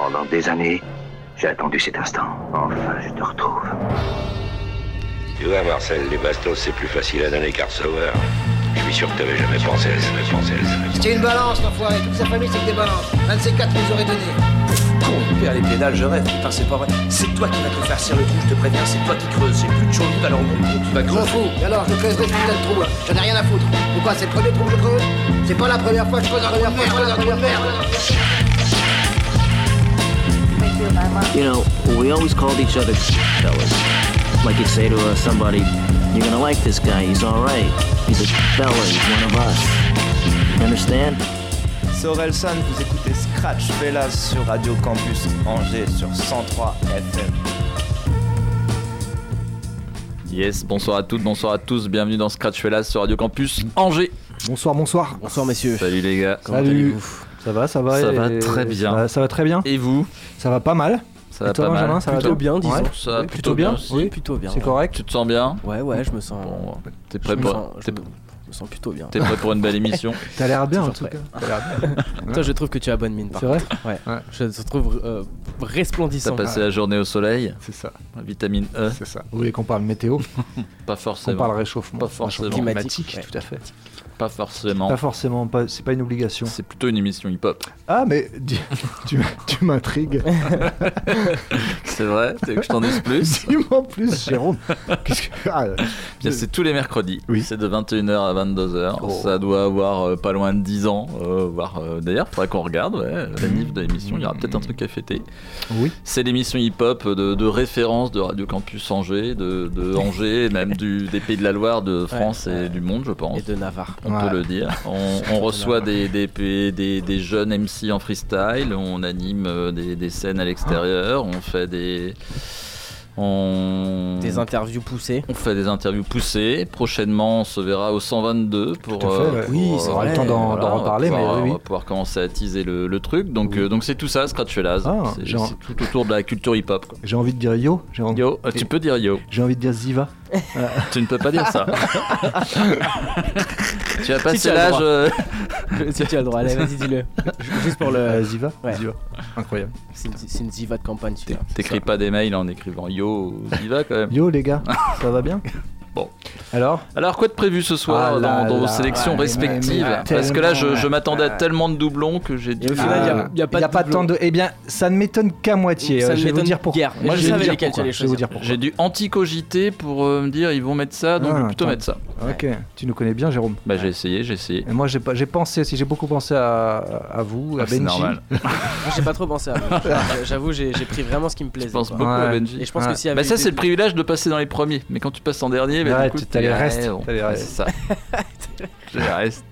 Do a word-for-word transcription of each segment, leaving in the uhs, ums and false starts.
Pendant des années, j'ai attendu cet instant. Enfin, je te retrouve. Tu vois, Marcel, les bastos, c'est plus facile à donner qu'à recevoir. Je suis sûr que t'avais jamais pensé à ça, pensé à ça. C'était une balance, l'enfoiré. Toute sa famille, c'est que des balances. Un de ces quatre nous aurait donné. Con, père, les pédales, je rêve. Putain, c'est pas vrai. C'est toi qui vas te faire cirer le trou, je te préviens. C'est toi qui creuses. J'ai plus de chauve, alors mon con, tu vas Je m'en creuser. fous. Et alors, je creuse des putains de trous, là. J'en ai rien à foutre. Pourquoi, c'est le premier trou que je creuse? C'est pas la première fois que je creuse un trou de merde, je creuse un trou de merde. You know, we always called each other fellas. Like you'd say to uh, somebody, you're gonna like this guy, he's alright. He's a fella, he's one of us. You understand? C'est Orelsan, vous écoutez Scratch Fellas sur Radio Campus Angers sur cent trois F M. Yes, bonsoir à toutes, bonsoir à tous, bienvenue dans Scratch Fellas sur Radio Campus Angers. Bonsoir, bonsoir. Bonsoir messieurs. Salut les gars. Comment Salut. Ça va, ça va. Ça et... va très bien. Ça va, ça va très bien. Et vous? Ça va pas mal. Ça va et toi, pas Benjamin, mal. ça plutôt va bien, disons. Ouais. Ça va oui, plutôt, plutôt bien. bien aussi. Oui, plutôt bien. C'est correct. Tu te sens bien? Ouais, ouais, je me sens. Bon, t'es prêt je pour. me sens, T'es... je me... je me sens plutôt bien. T'es prêt pour une belle émission? T'as l'air bien en tout prêt. cas. T'as l'air bien. Toi, je trouve que tu as bonne mine. Par C'est vrai? Ouais. Ouais. Je te trouve euh, resplendissant. T'as passé la journée au soleil? C'est ça. Vitamine E? C'est ça. Vous voulez qu'on parle météo? Pas forcément. On parle réchauffement. Pas forcément. Réchauffement Climatique, climatique, ouais. tout à fait. Pas forcément. Pas forcément. Pas, c'est pas une obligation. C'est plutôt une émission hip-hop. Ah mais tu, tu, tu m'intrigues. C'est vrai? Tu veux que je t'en dise plus? Dis-moi en plus, Jérôme. Qu'est-ce que... ah, Bien, c'est tous les mercredis. Oui. C'est de vingt et une heures à vingt-deux heures. Oh. Ça doit avoir euh, pas loin de dix ans. Euh, voire, euh, d'ailleurs, faudrait qu'on regarde ouais, la nif de l'émission. Il y aura peut-être un truc à fêter. Oui. C'est l'émission hip-hop de, de référence de Radio Campus Angers, de, de Angers, et même du, des Pays de la Loire, de France Ouais, et ouais. du monde, je pense. Et de Navarre. On Ouais. peut le dire. On, on reçoit des, des, des, des jeunes M C en freestyle, on anime euh, des, des scènes à l'extérieur, on fait des... On... Des interviews poussées. On fait des interviews poussées. Prochainement, on se verra au cent vingt-deux pour. Tout à fait, euh, ouais. pour, Oui, euh, c'est on aura vrai. le temps d'en, voilà, d'en on va reparler, mais pouvoir- oui, on oui. va pouvoir commencer à teaser le, le truc. Donc, Oui. euh, donc c'est tout ça, Scratch Fellas. Ah, c'est, genre- c'est tout autour de la culture hip-hop. Quoi. J'ai envie de dire yo. J'ai envie... Yo, euh, tu peux dire yo. J'ai envie de dire Ziva. Tu ne peux pas dire ça. Tu as passé tu as le l'âge. droit. euh, Si tu as le droit, allez, vas-y, dis-le. Juste pour le. Euh, Ziva. Ouais. Ziva. Incroyable. C'est une, c'est une diva de campagne, tu vois. T'écris pas des mails en écrivant yo, y va quand même. Yo les gars, ça va bien? Bon. Alors? Alors, quoi de prévu ce soir Ah là dans, dans vos là, sélections ouais, respectives? mais- mais- Parce que là, je, je tellement, m'attendais à ouais. tellement de doublons que j'ai dit. Et au final, il y a- Ah, il y a pas de pas doublon. tant de. Eh bien, ça ne m'étonne qu'à moitié. Ça Euh, ne je vais vous m'étonne dire pourquoi. guère. Moi, Je je vais vous savais dire lesquels pourquoi. tu allais Je vais vous choisir. dire pourquoi. J'ai dû anti-cogiter pour euh, me dire ils vont mettre ça, donc Ah, je vais plutôt attends. mettre ça. Ok, tu nous connais bien, Jérôme. Bah j'ai essayé, j'ai essayé. Et moi, j'ai pas, j'ai pensé aussi, j'ai beaucoup pensé à, à vous, à Ah, c'est Benji. normal. Moi, j'ai pas trop pensé à moi. J'avoue, j'ai, j'ai pris vraiment ce qui me Je plaisait. pense quoi. beaucoup à Ouais. Benji. Et je pense Ouais. que s'il y avait Bah ça eu c'est des- le privilège de passer dans les premiers, mais quand tu passes en dernier, bah, Ouais, du coup, t'as les t'es- restes, bon, t'as les ouais, restes. c'est ça. J'ai les restes.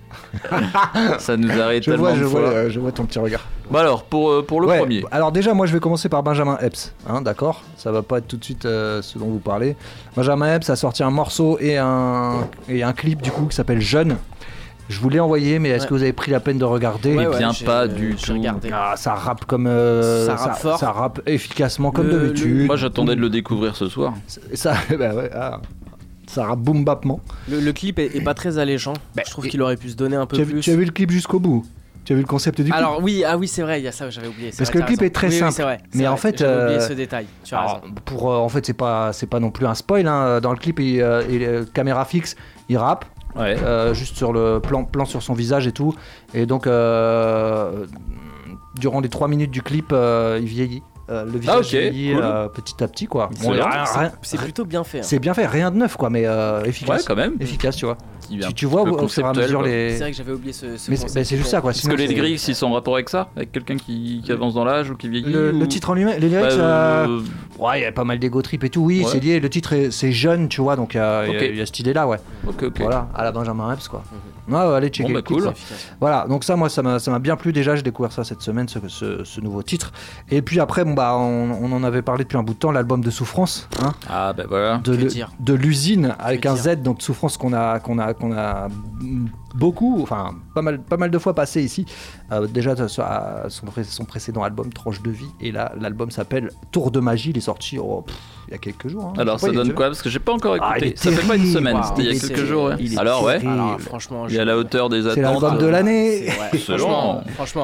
Ça nous arrive Je tellement vois, je de vois, fois. euh, je vois ton petit regard. Bon alors, pour, euh, pour le Ouais, premier. Alors déjà, moi, je vais commencer par Benjamin Epps, hein, d'accord? Ça va pas être tout de suite euh, ce dont vous parlez. Benjamin Epps a sorti un morceau et un, et un clip du coup qui s'appelle Jeune. Je vous l'ai envoyé, mais est-ce Ouais. que vous avez pris la peine de regarder? Ouais, Eh ouais, bien, j'ai- pas du j'ai tout. regardé. Ah, ça rappe comme euh, Ça rappe fort. ça rappe efficacement comme Le- d'habitude. Moi j'attendais de le découvrir ce soir. Ça, bah ouais, ah, ça rappe boum bapement. Le, le clip est, est pas très alléchant. je trouve et- qu'il aurait pu se donner un peu Tu as, plus. vu, tu as vu le clip jusqu'au bout? Tu as vu le concept du clip? Alors oui, ah oui, c'est vrai, il y a ça, j'avais oublié. c'est Parce vrai, que le t'as clip raison. est très Oui, oui, simple. c'est vrai, c'est Mais vrai, en fait, j'avais oublié euh, ce détail. Tu as Alors, raison. pour, euh, en fait, c'est pas, c'est pas non plus un spoil. Hein. Dans le clip, il, euh, il, euh, caméra fixe, il rappe. Ouais. Euh, juste sur le plan, plan sur son visage et tout. Et donc, euh, durant les trois minutes du clip, euh, il vieillit. Euh, le visage Ah, ok, vieillit cool. euh, petit à petit, quoi. Excellent. il y a rien- rien- C'est plutôt bien fait. hein. c'est bien fait, rien de neuf, quoi, mais euh, Ouais, efficace. quand même. Efficace, tu vois. Il vient Tu, tu un vois petit peu au fur et à conceptuel, mesure quoi. les. C'est vrai que j'avais oublié ce, ce Mais c'est, concept. bah, c'est juste ça, quoi. Est-ce Sinon, que les c'est- lyrics ils sont en rapport avec ça? Avec quelqu'un qui, qui avance dans l'âge ou qui vieillit Le, ou- le titre en lui-même, les lyrics, Bah, euh, euh, ouais, il y a pas mal d'ego trip et tout. Oui, Ouais. c'est lié. Le titre, est- c'est jeune, tu vois, donc il y a, il y a- Ok. il y a cette idée-là, ouais. Ok, ok. Voilà, à la Benjamin Epps, quoi. Ouais, ouais, allez checker Bon, bah, le clip, cool. ça. Voilà, donc ça, moi, ça m'a, ça m'a bien plu déjà. J'ai découvert ça cette semaine, ce, ce, ce nouveau titre. Et puis après, bon, bah, on, on en avait parlé depuis un bout de temps, l'album de Souffrance, hein, Ah bah voilà. de, Que le- dire de l'usine avec Que un dire Z, donc Souffrance qu'on a, qu'on a, qu'on a beaucoup, enfin pas mal, pas mal de fois passé ici. Euh, déjà sur à son, pré- son précédent album Tranche de vie, et là, l'album s'appelle Tour de magie. Il est sorti oh, pff, il y a quelques jours. hein. Alors Je sais ça pas, il donne est- quoi? Parce que j'ai pas encore écouté. Ah, il est ça fait pas une terrible. semaine, Waouh, c'était il y a il est quelques terrible. jours. ouais. Il est Alors ouais, terrible. Alors franchement, il est à la hauteur des attentes. C'est l'album de l'année. C'est- ouais, C'est franchement, long. franchement, ouais.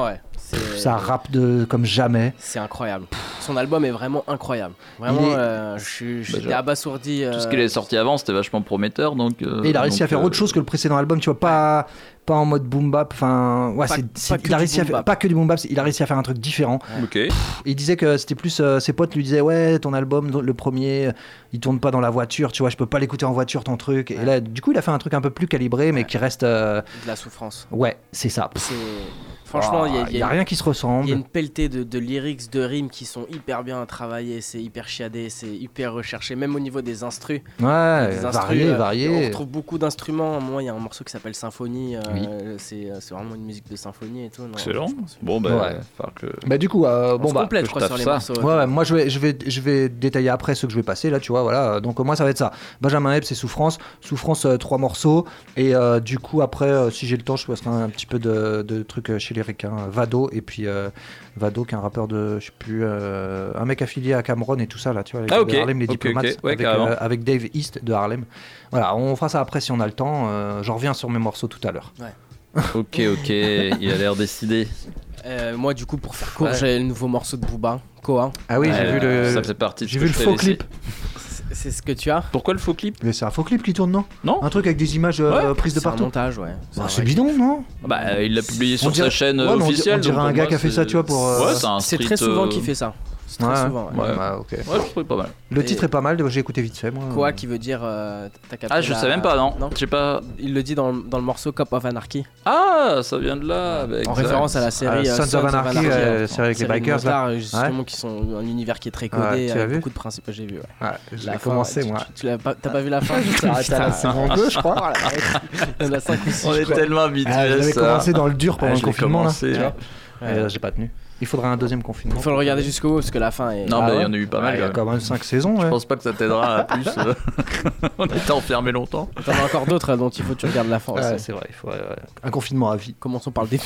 C'est- Ça rappe de, comme jamais. C'est incroyable. Son album est vraiment incroyable. Vraiment, Il est- euh, je suis- j'étais Bah, abasourdi. Tout ce euh, qui est sorti avant, c'était vachement prometteur. Donc, euh, Et il a réussi donc, à faire euh, autre chose que le précédent album, tu vois, pas, pas en mode boom bap. Enfin, ouais, Pas- c'est, pas c'est- que il a du réussi à boom faire, bap. pas que du boom bap, c'est- il a réussi à faire un truc différent. Ok. Et il disait que c'était plus euh, ses potes lui disaient ouais, ton album, le premier, euh, il tourne pas dans la voiture, tu vois, je peux pas l'écouter en voiture ton truc. Et Ouais. là, du coup, il a fait un truc un peu plus calibré, mais Ouais. qui reste, euh, de la souffrance. ouais, c'est ça. C'est franchement, il y a, il y a rien qui se ressemble. il y a une pelletée de, de lyrics, de rimes qui sont hyper bien travaillées, c'est hyper chiadé, c'est hyper recherché, même au niveau des instrus. Ouais, Des instrus, varié, euh, varié. On retrouve beaucoup d'instruments. Moi, il y a un morceau qui s'appelle Symphonie. euh, Oui. c'est, c'est vraiment une musique de symphonie et tout. Non, Excellent. franchement, c'est- Bon, bah, Ouais. falloir que. Bah du coup, euh, On bon se bah. complète, que je crois, je sur les tape ça. morceaux. Ouais, ouais, moi je vais, je, vais, je vais détailler après ceux que je vais passer là, tu vois, voilà. Donc euh, moi ça va être ça. Benjamin Epps et Souffrance. Souffrance, euh, trois morceaux. Et euh, du coup, après, euh, si j'ai le temps, je passerai un, un petit peu de, de trucs euh, chez les Ricains. Vado, et puis euh, Vado, qui est un rappeur de, je sais plus, euh, un mec affilié à Cameron et tout ça là, tu vois, avec Ah, ok. de Harlem, les Ok, diplomates, ok. Ouais, avec, carrément. euh, avec Dave East de Harlem. Voilà, on fera ça après si on a le temps. Euh, J'en reviens sur mes morceaux tout à l'heure. Ok, ok. Il a l'air décidé. Euh, moi, du coup, pour faire court, Ouais. j'ai le nouveau morceau de Booba, Koa. Ah oui, j'ai Ouais, vu le, Ça fait partie de j'ai ce vu que le je t'ai faux laissé. clip. C'est, c'est ce que tu as. Pourquoi le faux clip? Mais c'est un faux clip qui tourne, non? Non. Un truc avec des images euh, Ouais, prises de C'est un partout. montage, ouais. Bah, un c'est vrai bidon, non? Bah, il l'a publié sur On dirait- sa chaîne ouais, mais on di- officielle. on dirait donc un pour gars moi, qui a fait c'est- ça, tu vois, pour, euh, Ouais, c'est un C'est street, très souvent euh, qu'il fait ça. C'est très Ouais. souvent. Ouais. Ouais. Bah, ok. Ouais, je trouvais pas mal. Le Et- titre est pas mal, j'ai écouté vite fait moi. Koa qui veut dire. euh, t'as capté Ah, je la- sais même pas, non. Non. Je sais pas. Il le dit dans, dans le morceau Cop of Anarchy. Ah, ça vient de là. bah, En exact. référence à la série Ah, euh, Sons of Anarchy, hein. euh, série avec les Série de bikers, là. motards, justement, qui sont un univers qui est très codé, Ouais, tu l'as avec vu beaucoup de principes. J'ai vu, ouais. Ouais, je La l'ai fin, commencé tu- moi. Tu, tu l'as pas, t'as pas vu la fin? Arrête à la seconde deux, je crois. Il y en a cinq ou six. On je est crois. tellement habitués Ah, à J'avais ça. commencé dans le dur pendant Ah, le je l'ai confinement là. commencé. tu vois. Ouais. Et, euh, j'ai pas tenu. Il faudra un deuxième confinement. Il faut le regarder jusqu'au bout parce que la fin est. Non, Ah mais il ouais y en a eu pas Ouais, mal. Il y a quand même. quand même cinq saisons. Je ouais. pense pas que ça t'aidera à plus. euh. On était enfermés longtemps. T'en as encore d'autres dont il faut que tu regardes la fin Ouais, aussi. c'est vrai, il faudrait ouais, un confinement à vie. Commençons par le début.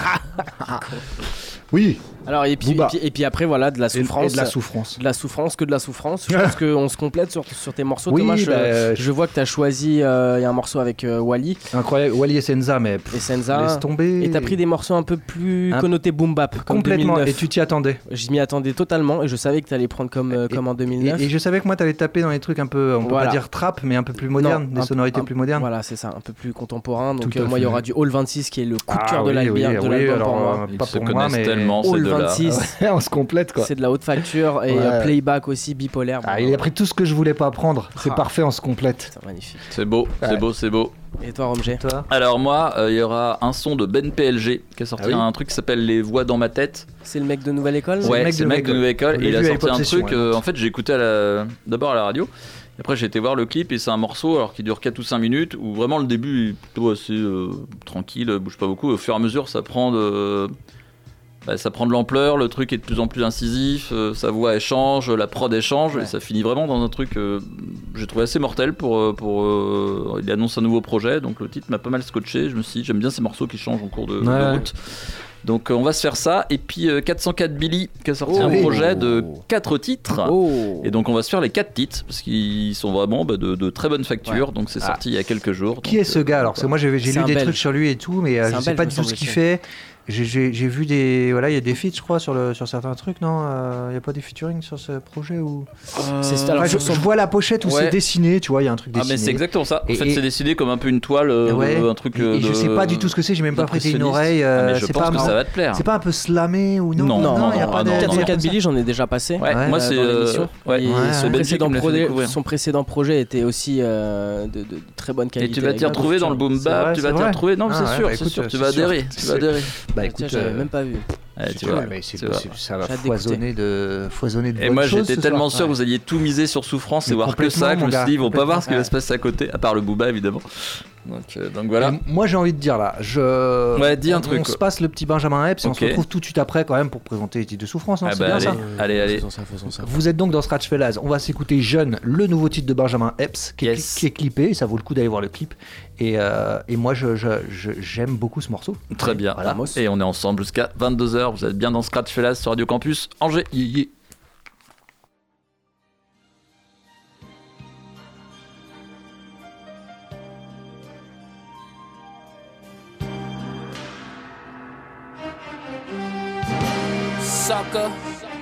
Oui. Alors, et puis, et Booba. puis, et puis après, voilà, de la Et, et souffrance. de la souffrance. De la souffrance, que de la souffrance. Je pense qu'on se complète sur, sur tes morceaux. Oui, Thomas, je, bah, je vois que tu as choisi. euh, Il y a un morceau avec euh, Wally Incroyable. Wally et Senza, mais pff, et Senza. laisse tomber. Et t'as pris des morceaux un peu plus Un- connotés boom bap, comme complètement. deux mille neuf. Et tu t'y attendais. Je m'y attendais totalement et je savais que t'allais prendre comme, euh, Et- comme en deux mille Et, neuf. et je savais que moi t'allais taper dans les trucs un peu, on peut Voilà. pas dire trap, mais un peu plus moderne, Non, des un- sonorités un- plus modernes. Voilà, c'est ça, un peu plus contemporain. Donc Tout à euh, moi, il y fait. aura du Hall vingt-six qui est le coup de Ah cœur de oui, l'album oui, de oui, l'album alors, pour moi. euh, Ils pas se pour moi, connaissent mais tellement, ces Hall deux-là. vingt-six, on se complète quoi. c'est de la haute facture et Ouais. euh, playback aussi, bipolaire. Ah, Bon, il a pris tout ce que je voulais pas prendre. C'est Ah. parfait, on se complète. c'est magnifique. C'est beau, c'est Ouais. beau, c'est beau. Et toi, Romger? Toi Alors moi, euh, il y aura un son de Ben P L G qui a sorti Ah oui un truc qui s'appelle Les Voix dans ma tête. C'est le mec de Nouvelle École? le Ouais, mec c'est de le mec de Nouvelle École. On Et l'a il a vu à sorti un Hip Hop Session, truc. ouais. euh, en fait, j'ai écouté à la... d'abord à la radio. Et après, j'ai été voir le clip et c'est un morceau alors qui dure quatre ou cinq minutes où vraiment le début est plutôt assez euh, tranquille, bouge pas beaucoup. Au fur et à mesure, ça prend de bah, ça prend de l'ampleur, le truc est de plus en plus incisif, euh, sa voix elle change, la prod elle change, Ouais. et ça finit vraiment dans un truc euh, j'ai trouvé assez mortel pour, euh, pour euh, il annonce un nouveau projet, donc le titre m'a pas mal scotché, je me suis dit j'aime bien ces morceaux qui changent en cours de, de Ouais. route. Donc euh, on va se faire ça, et puis euh, quatre cent quatre Billy qui a sorti Oh. un projet de quatre titres. Oh! Et donc on va se faire les quatre titres parce qu'ils sont vraiment bah, de, de très bonne facture. Ouais. Donc c'est Ah. sorti il y a quelques jours. Qui donc, est ce euh, gars alors? Parce que moi j'ai j'ai C'est lu un des Belge. trucs sur lui et tout, mais euh, C'est je un sais Belge, pas me du tout ce qu'il semble-t-il. fait. J'ai- J'ai j'ai vu des. Voilà, il y a des feats, je crois, sur, le, sur certains trucs, non? Il n'y a pas des featuring sur ce projet ou... C'est- alors, Enfin, je, sur son- je vois la pochette où Ouais. c'est dessiné, tu vois, il y a un truc Ah dessiné. mais c'est exactement ça. En Et- fait et- c'est décidé comme un peu une toile, euh, Ouais. de- un truc. Et, euh, et je de- sais pas du tout ce que c'est, j'ai même pas prêté une d'impressionniste. oreille. Ah, euh, mais je c'est pense pas que un- ça va te plaire. C'est pas un peu slamé ou non? Non, non, il y a non, pas ah de- non, il y a quatre cent quatre pas- Billy, j'en ai déjà passé. Ouais, Ouais. moi euh, c'est dans euh, l'émission. ouais, Et Ouais. son, Benji précédent qui me l'a fait projet- découvrir. son précédent projet était aussi euh, de, de- de très bonne Et qualité. tu vas la t'y gars, retrouver donc, dans le boom C'est vrai, bap, tu vas c'est t'y vrai. retrouver. Non, Ah c'est ouais, sûr, bah c'est écoute, sûr, tu c'est vas sûr. adhérer, tu vas adhérer. Bah Tiens, écoute, j'avais euh, même pas vu. Ouais, tu ouais, vois, mais c'est- tu vois. c'est- ça va J'ai hâte d'écouter. foisonner de, foisonner de Et bonnes moi choses j'étais ce tellement soir. sûr que vous alliez tout miser sur Souffrance et Mais voir que ça, que je complètement, me suis mon dit ils vont pas gars, voir ce qui va complètement. se passer à côté, à part le Booba évidemment. Donc, euh, donc voilà. Et moi j'ai envie de dire là, je... Ouais, dis un on, truc, On quoi. se passe le petit Benjamin Epps et on Ok. se retrouve tout de suite après quand même pour présenter les titres de Souffrance, non? Ah C'est bah bien allez, ça? allez, allez. Faisons ça, faisons ça. Vous êtes donc dans Scratch Fellas, on va s'écouter Jeune, le nouveau titre de Benjamin Epps qui, est, Yes. qui est clippé, ça vaut le coup d'aller voir le clip. Et, euh, et moi je, je- je- j'aime beaucoup ce morceau. Très bien. Voilà. Et on est ensemble jusqu'à vingt-deux heures. Vous êtes bien dans Scratch Fellas sur Radio Campus Angers. Yeah, yeah. Thank sucker.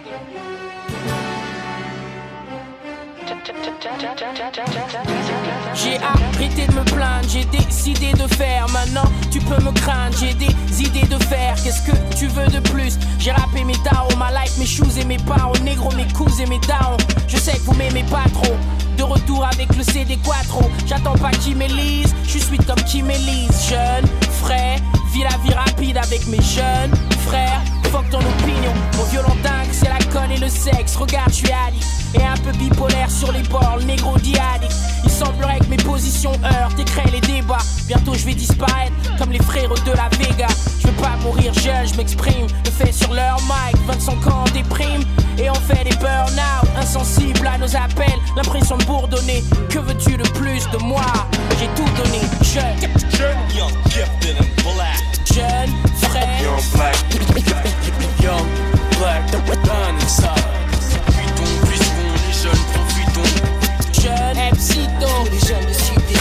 J'ai arrêté de me plaindre, j'ai décidé de faire. Maintenant tu peux me craindre, j'ai des idées de faire. Qu'est-ce que tu veux de plus? J'ai rappé mes darons, ma life, mes shoes et mes parents. Négro, mes coups et mes darons. Je sais que vous m'aimez pas trop. De retour avec le C D Quattro. J'attends pas qui m'élise, je suis sweet comme qui m'élise. Jeune, frais, vis la vie rapide avec mes jeunes frères. Fuck ton opinion, mon violent dingue c'est l'alcool et le sexe. Regarde, je suis addict et un peu bipolaire sur les bords, le négro dit addict. Il semblerait que mes positions heurtent et créent les débats. Bientôt je vais disparaître comme les frères de la Vega. Je veux pas mourir jeune, je m'exprime, le fais sur leur mic. vingt-cinq ans en déprime et on fait des burn-out. Insensibles à nos appels, l'impression de bourdonner. Que veux-tu de plus de moi? J'ai tout donné, jeune, young, gifted and black. Jeune, frais, young black, young black, done inside. Profitons, puisqu'on est jeunes, profitons. Jeune, Epsito, les jeunes de cité.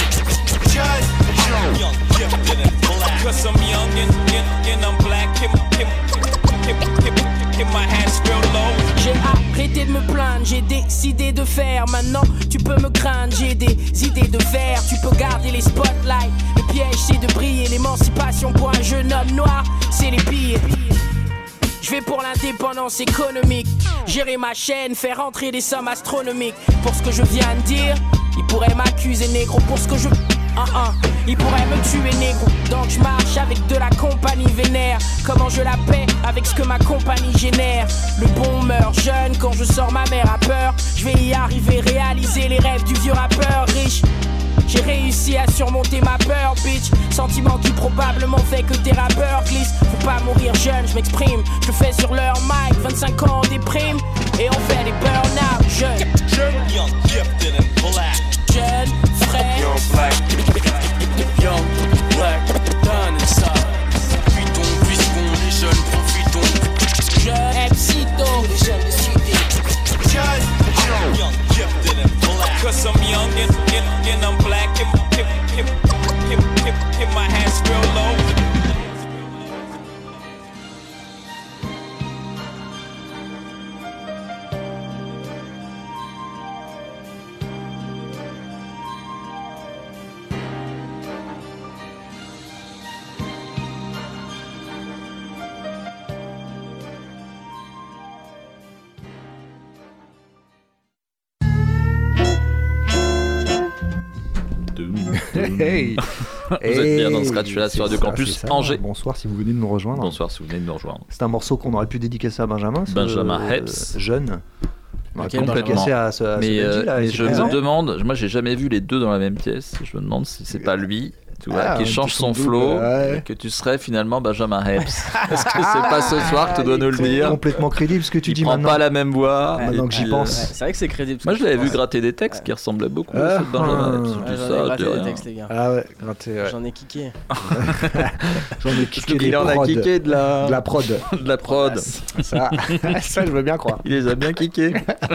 Jeune, young, gifted and black. Cause I'm young and, and, and I'm black. Him, him, him, him, him, my hat's real low. J'ai arrêté de me plaindre, j'ai décidé de faire. Maintenant tu peux me craindre, j'ai des idées de faire. Tu peux garder les spotlights, le piège c'est de briller. L'émancipation pour un jeune homme noir, c'est les pires. Je vais pour l'indépendance économique, gérer ma chaîne, faire rentrer des sommes astronomiques. Pour ce que je viens de dire, ils pourraient m'accuser négro. Pour ce que je... Uh -uh. Ils pourraient me tuer négro. Donc je marche avec de la compagnie vénère. Comment je la paie avec ce que ma compagnie génère. Le bon meurt jeune quand je sors ma mère a peur. Je vais y arriver, réaliser les rêves du vieux rappeur riche. J'ai réussi à surmonter ma peur, bitch. Sentiment qui probablement fait que tes rappeurs glissent. Faut pas mourir jeune, je m'exprime. Je fais sur leur mic, vingt-cinq ans en déprime. Et on fait des burn-out, jeune. Young, gifted and black. Jeune, frais, young black, young black, done inside. Profitons, puisqu'on est jeunes, profitons. Jeune, Epsito, les jeunes de cité. Jeune, young, gifted and black. Cause I'm young and, and, and I'm black. Him, him, him, him, him, him, my hat's real low. Hey. Vous êtes bien dans ce Scratch-là sur Radio Campus Angers. Bonsoir si vous venez de nous rejoindre. Bonsoir si vous venez de nous rejoindre. C'est un morceau qu'on aurait pu dédicacer à Benjamin. Benjamin euh, Heps. Jeune. On aurait pu Complètement. dédicacer à ce, à mais ce euh, Benji, là, mais il est je présent. me demande, moi j'ai jamais vu les deux dans la même pièce. Je me demande si c'est pas lui. Tu vois, Ah, qui un change petit son son flow, double, ouais. que tu serais finalement Benjamin Heps. Est-ce que c'est pas ce soir que tu dois nous le dire? Complètement crédible ce que tu Il dis prend maintenant. pas la même voix. Maintenant et que j'y puis, pense. euh, C'est vrai que c'est crédible. Moi je l'avais vu Ouais. gratter des textes qui ressemblaient beaucoup Ah. à ceux de Benjamin Heps. Je Ouais, dis j'en ai ça, gratté dis des rien. textes, les gars. Ah ouais, gratté, ouais. J'en ai kické. J'en ai kické des Il en a prods. kické de la... De la prod. de la prod. Ça, ça, je veux bien croire. Il les a bien kickés.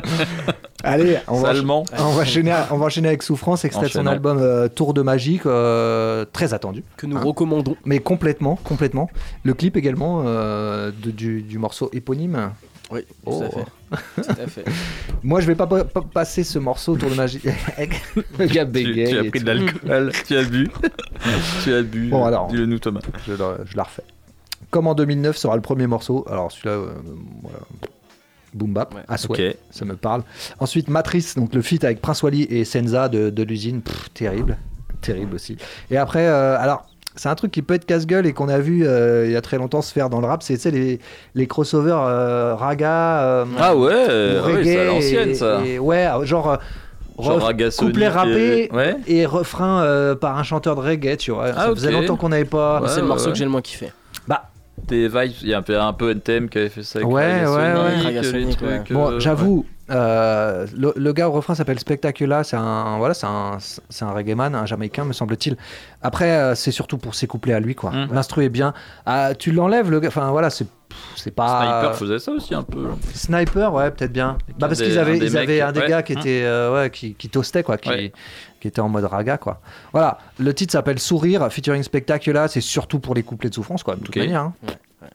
Allez, on va, Salement. on va enchaîner, on va enchaîner avec Souffrance, extrait de son Enchaînons. album euh, Tour de Magie, euh, très attendu. Que nous Hein. recommandons. Mais complètement, complètement. Le clip également euh, de- du, du morceau éponyme. Oui, Oh. tout à fait. Tout à fait. Moi, je vais pas, pas- pas passer ce morceau Tour de Magie. Le gars Tu, bégaye. tu as et pris tout. de l'alcool, tu as bu. tu as bu. Bon, alors. Dis-le nous Thomas. Je, la- je la refais. Comme en deux mille neuf sera le premier morceau. Alors celui-là, euh, voilà. Boom bap, Ouais. à souhait, Ok. ça me parle. Ensuite Matrice, donc le feat avec Prince Wally et Senza de, de l'usine, Pff, terrible, terrible aussi. Et après, euh, alors c'est un truc qui peut être casse-gueule et qu'on a vu euh, il y a très longtemps se faire dans le rap, c'est tu sais, les, les crossovers euh, raga, euh, Ah ouais, ou ouais, reggae c'est à l'ancienne et- ça. et- ouais, genre. euh, Genre ref- Raga Sonic couplet rappé et- ouais. et refrain euh, par un chanteur de reggae, tu vois. Ah, ça faisait ok. longtemps qu'on n'avait pas. Ouais, c'est le morceau ouais. que j'ai le moins kiffé. Bah, Des vibes, il y a un peu, un peu N T M qui avait fait ça avec Ouais, Raga ouais, Sonic, ouais. Raga les Sonic, trucs, ouais. euh, bon, ouais. j'avoue, euh, le, le gars au refrain s'appelle Spectacula, c'est un, voilà, c'est un, c'est un reggae man, un jamaïcain, me semble-t-il. Après, euh, c'est surtout pour ses couplets à lui, quoi. Mm. L'instru est bien. Ah, tu l'enlèves, le gars, enfin voilà, c'est, c'est pas. Sniper faisait ça aussi un peu. Sniper, ouais, peut-être bien. Bah, parce des- qu'ils un avaient, des ils avaient mecs, un des ouais. gars qui Mm. était, euh, ouais, qui, qui toastait, quoi, qui, Ouais. qui était en mode raga, quoi. Voilà, le titre s'appelle Sourire, featuring Spectacula, c'est surtout pour les couplets de souffrance, quoi, de toute Ok. manière. Hein.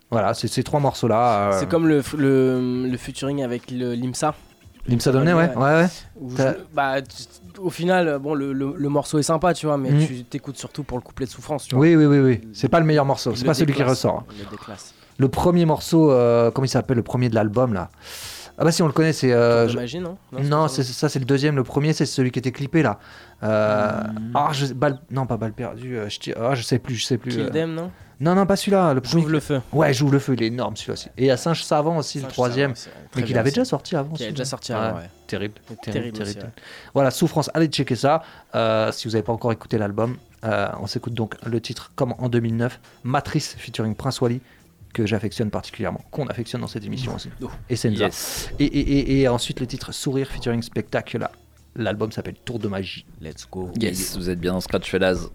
Voilà, c'est ces trois morceaux-là. Euh... C'est comme le, le, le featuring avec le, l'Imsa. L'Imsa Donné, ouais, ouais, ouais. Je, bah, tu, au final, bon, le, le, le morceau est sympa, tu vois, mais mmh. tu t'écoutes surtout pour le couplet de Souffrance, tu vois. Oui, oui, oui, oui. C'est pas le meilleur morceau, c'est le pas déclasse, celui qui ressort. Le déclasse. Le premier morceau, euh, comment il s'appelle, le premier de l'album, là. Ah bah si, on le connaît, c'est... Euh, Tour de magie, non Non, non c'est, ça c'est le deuxième. Le premier, c'est celui qui était clippé, là. Euh... Mmh. Ah, je... Balle... Non, pas Balle perdue. Euh, je... T... Ah, je sais plus, je sais plus. Kill euh... Them, non Non, non, pas celui-là. Le J'ouvre le feu. Ouais, J'ouvre le feu, il est énorme celui-là aussi. Et il y a Singe Savant aussi, Singe le troisième. Savant, mais qu'il avait déjà sorti avant. Qui avait déjà sorti ouais. avant, ouais. Terrible, terrible, terrible. terrible. Aussi, ouais. Voilà, Souffrance, allez checker ça. Euh, si vous n'avez pas encore écouté l'album, euh, on s'écoute donc le titre comme en deux mille neuf, Matrice featuring Prince Wally, que j'affectionne particulièrement, qu'on affectionne dans cette émission aussi. Oh. Et Senza. Yes. Et, et, et, et ensuite le titre Sourire featuring Spectacular. L'album s'appelle Tour de magie. Let's go. Yes, vous êtes bien dans Scratch Fellas.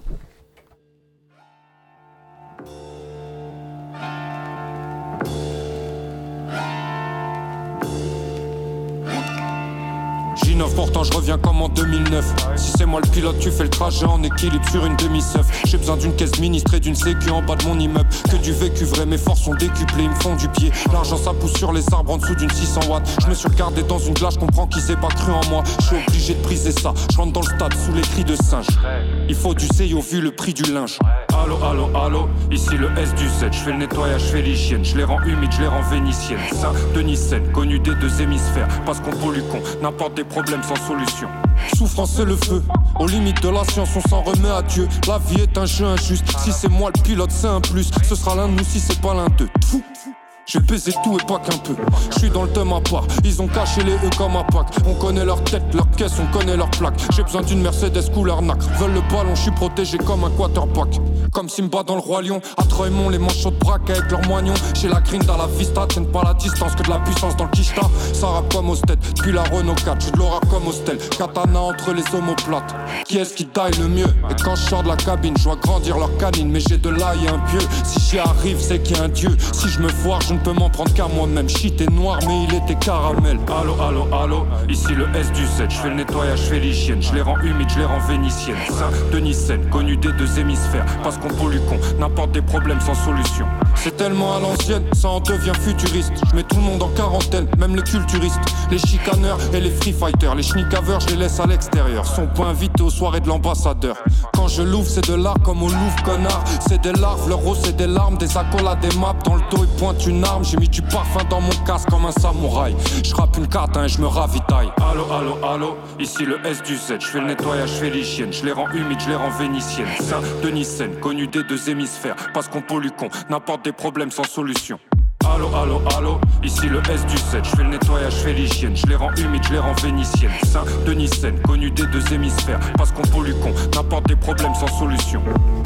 J neuf, pourtant je reviens comme en deux mille neuf. Si c'est moi le pilote, tu fais le trajet en équilibre sur une demi-seuf. J'ai besoin d'une caisse ministre et d'une sécu en bas de mon immeuble. Que du vécu vrai, mes forces sont décuplées, ils me font du pied. L'argent ça pousse sur les arbres en dessous d'une six cents watts. Je me suis regardé dans une glace, je comprends qu'il s'est pas cru en moi. Je suis obligé de briser ça, je rentre dans le stade sous les cris de singe. Il faut du C I O vu le prix du linge. Allo, allo, allo, ici le S du Z. Je fais le nettoyage, je fais l'hygiène. Je les rends humides, je les rends vénitiennes. Saint-Denis-Seine, connu des deux hémisphères. Parce qu'on pollue con, n'importe des problèmes sans solution. Souffrance c'est le feu, aux limites de la science on s'en remet à Dieu. La vie est un jeu injuste, si c'est moi le pilote c'est un plus. Ce sera l'un de nous si c'est pas l'un d'eux. Fou. J'ai baisé tout et pas qu'un peu. Je suis dans le thème à part. Ils ont caché les E comme à Pâques. On connaît leur tête, leur caisse, on connaît leur plaque. J'ai besoin d'une Mercedes couleur nacre. Veulent le ballon, je suis protégé comme un quarterback. Comme Simba dans le Roi Lion. À Troymont, les manchots de braque avec leurs moignons. Chez la green dans la vista, tiennent pas la distance que de la puissance dans le quicheta. Ça rappe comme au Sted, puis la Renault quatre. J'suis de l'horreur comme Hostel. Katana entre les omoplates. Qui est-ce qui taille le mieux? Et quand je sors de la cabine, je vois grandir leur canine. Mais j'ai de l'ail et un pieu. Si j'y arrive, c'est qu'il y a un dieu. Si je me foire, je ne peux m'en prendre qu'à moi-même. Shit est noir mais il était caramel. Allo, allo, allo, ici le S du Z. Je fais le nettoyage, je fais l'hygiène. Je les rends humides, je les rends vénitiennes. Saint-Denis-Seine, connu des deux hémisphères. Parce qu'on pollue con, n'importe des problèmes sans solution. C'est tellement à l'ancienne, ça en devient futuriste. Je mets tout le monde en quarantaine, même les culturistes. Les chicaneurs et les free fighters. Les schnickaveurs, je les laisse à l'extérieur. Sont pas invités aux soirées de l'ambassadeur. Quand je l'ouvre, c'est de l'art comme au Louvre, connard. C'est des larves, leur rose, c'est des larmes. Des accolades, des maps. Dans le dos, ils pointent une arme. J'ai mis du parfum dans mon casque comme un samouraï. Je rappe une carte hein, et je me ravitaille. Allo, allo, allo, ici le S du Z. Je fais le nettoyage, je fais l'hygiène. Je les rends humides, je les rends vénitiennes. Saint-Denis-Seine, connu des deux hémisphères. Parce qu'on pollue con, n'importe des problèmes sans solution. Allo, allo, allo, ici le S du Z. Je fais le nettoyage, je fais l'hygiène. Je les rends humides, je les rends vénitiennes. Saint-Denis-Seine, connu des deux hémisphères. Parce qu'on pollue con, n'importe des problèmes sans solution.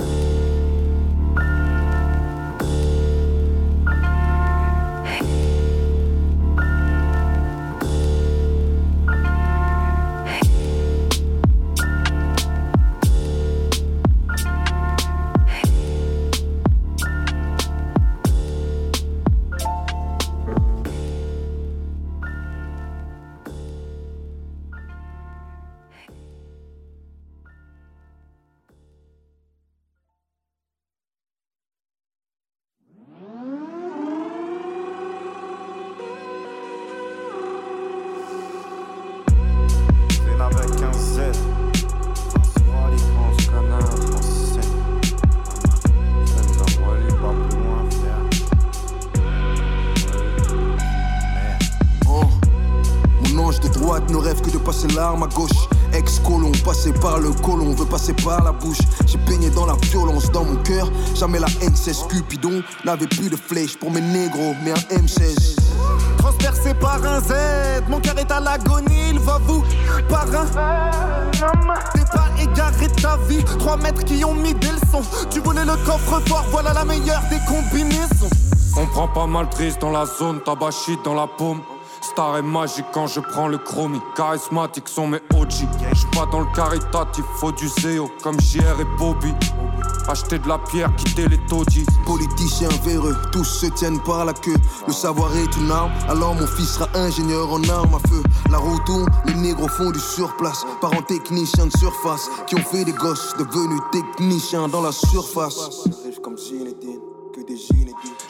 L'arme à gauche, ex-colon, passé par le colon, veut passer par la bouche. J'ai baigné dans la violence dans mon cœur, jamais la haine cesse. Cupidon n'avait plus de flèches pour mes négros, mais un M seize. Transpercé par un Z, mon cœur est à l'agonie, il va vous par un t'es pas égaré de ta vie, trois maîtres qui ont mis des leçons. Tu voulais le coffre-fort, voilà la meilleure des combinaisons. On prend pas mal triste dans la zone, tabac dans la paume. Star est magique quand je prends le chromie. Charismatiques sont mes O G. J'suis pas dans le caritatif, faut du zéo comme J R et Bobby. Acheter de la pierre, quitter les taudis. Politiciens véreux, tous se tiennent par la queue. Le savoir est une arme, alors mon fils sera ingénieur en armes à feu. La roue tourne, les négros font du surplace. Parents techniciens de surface, qui ont fait des gosses devenus techniciens dans la surface. J'arrive comme Zinedine, que des Zinedine.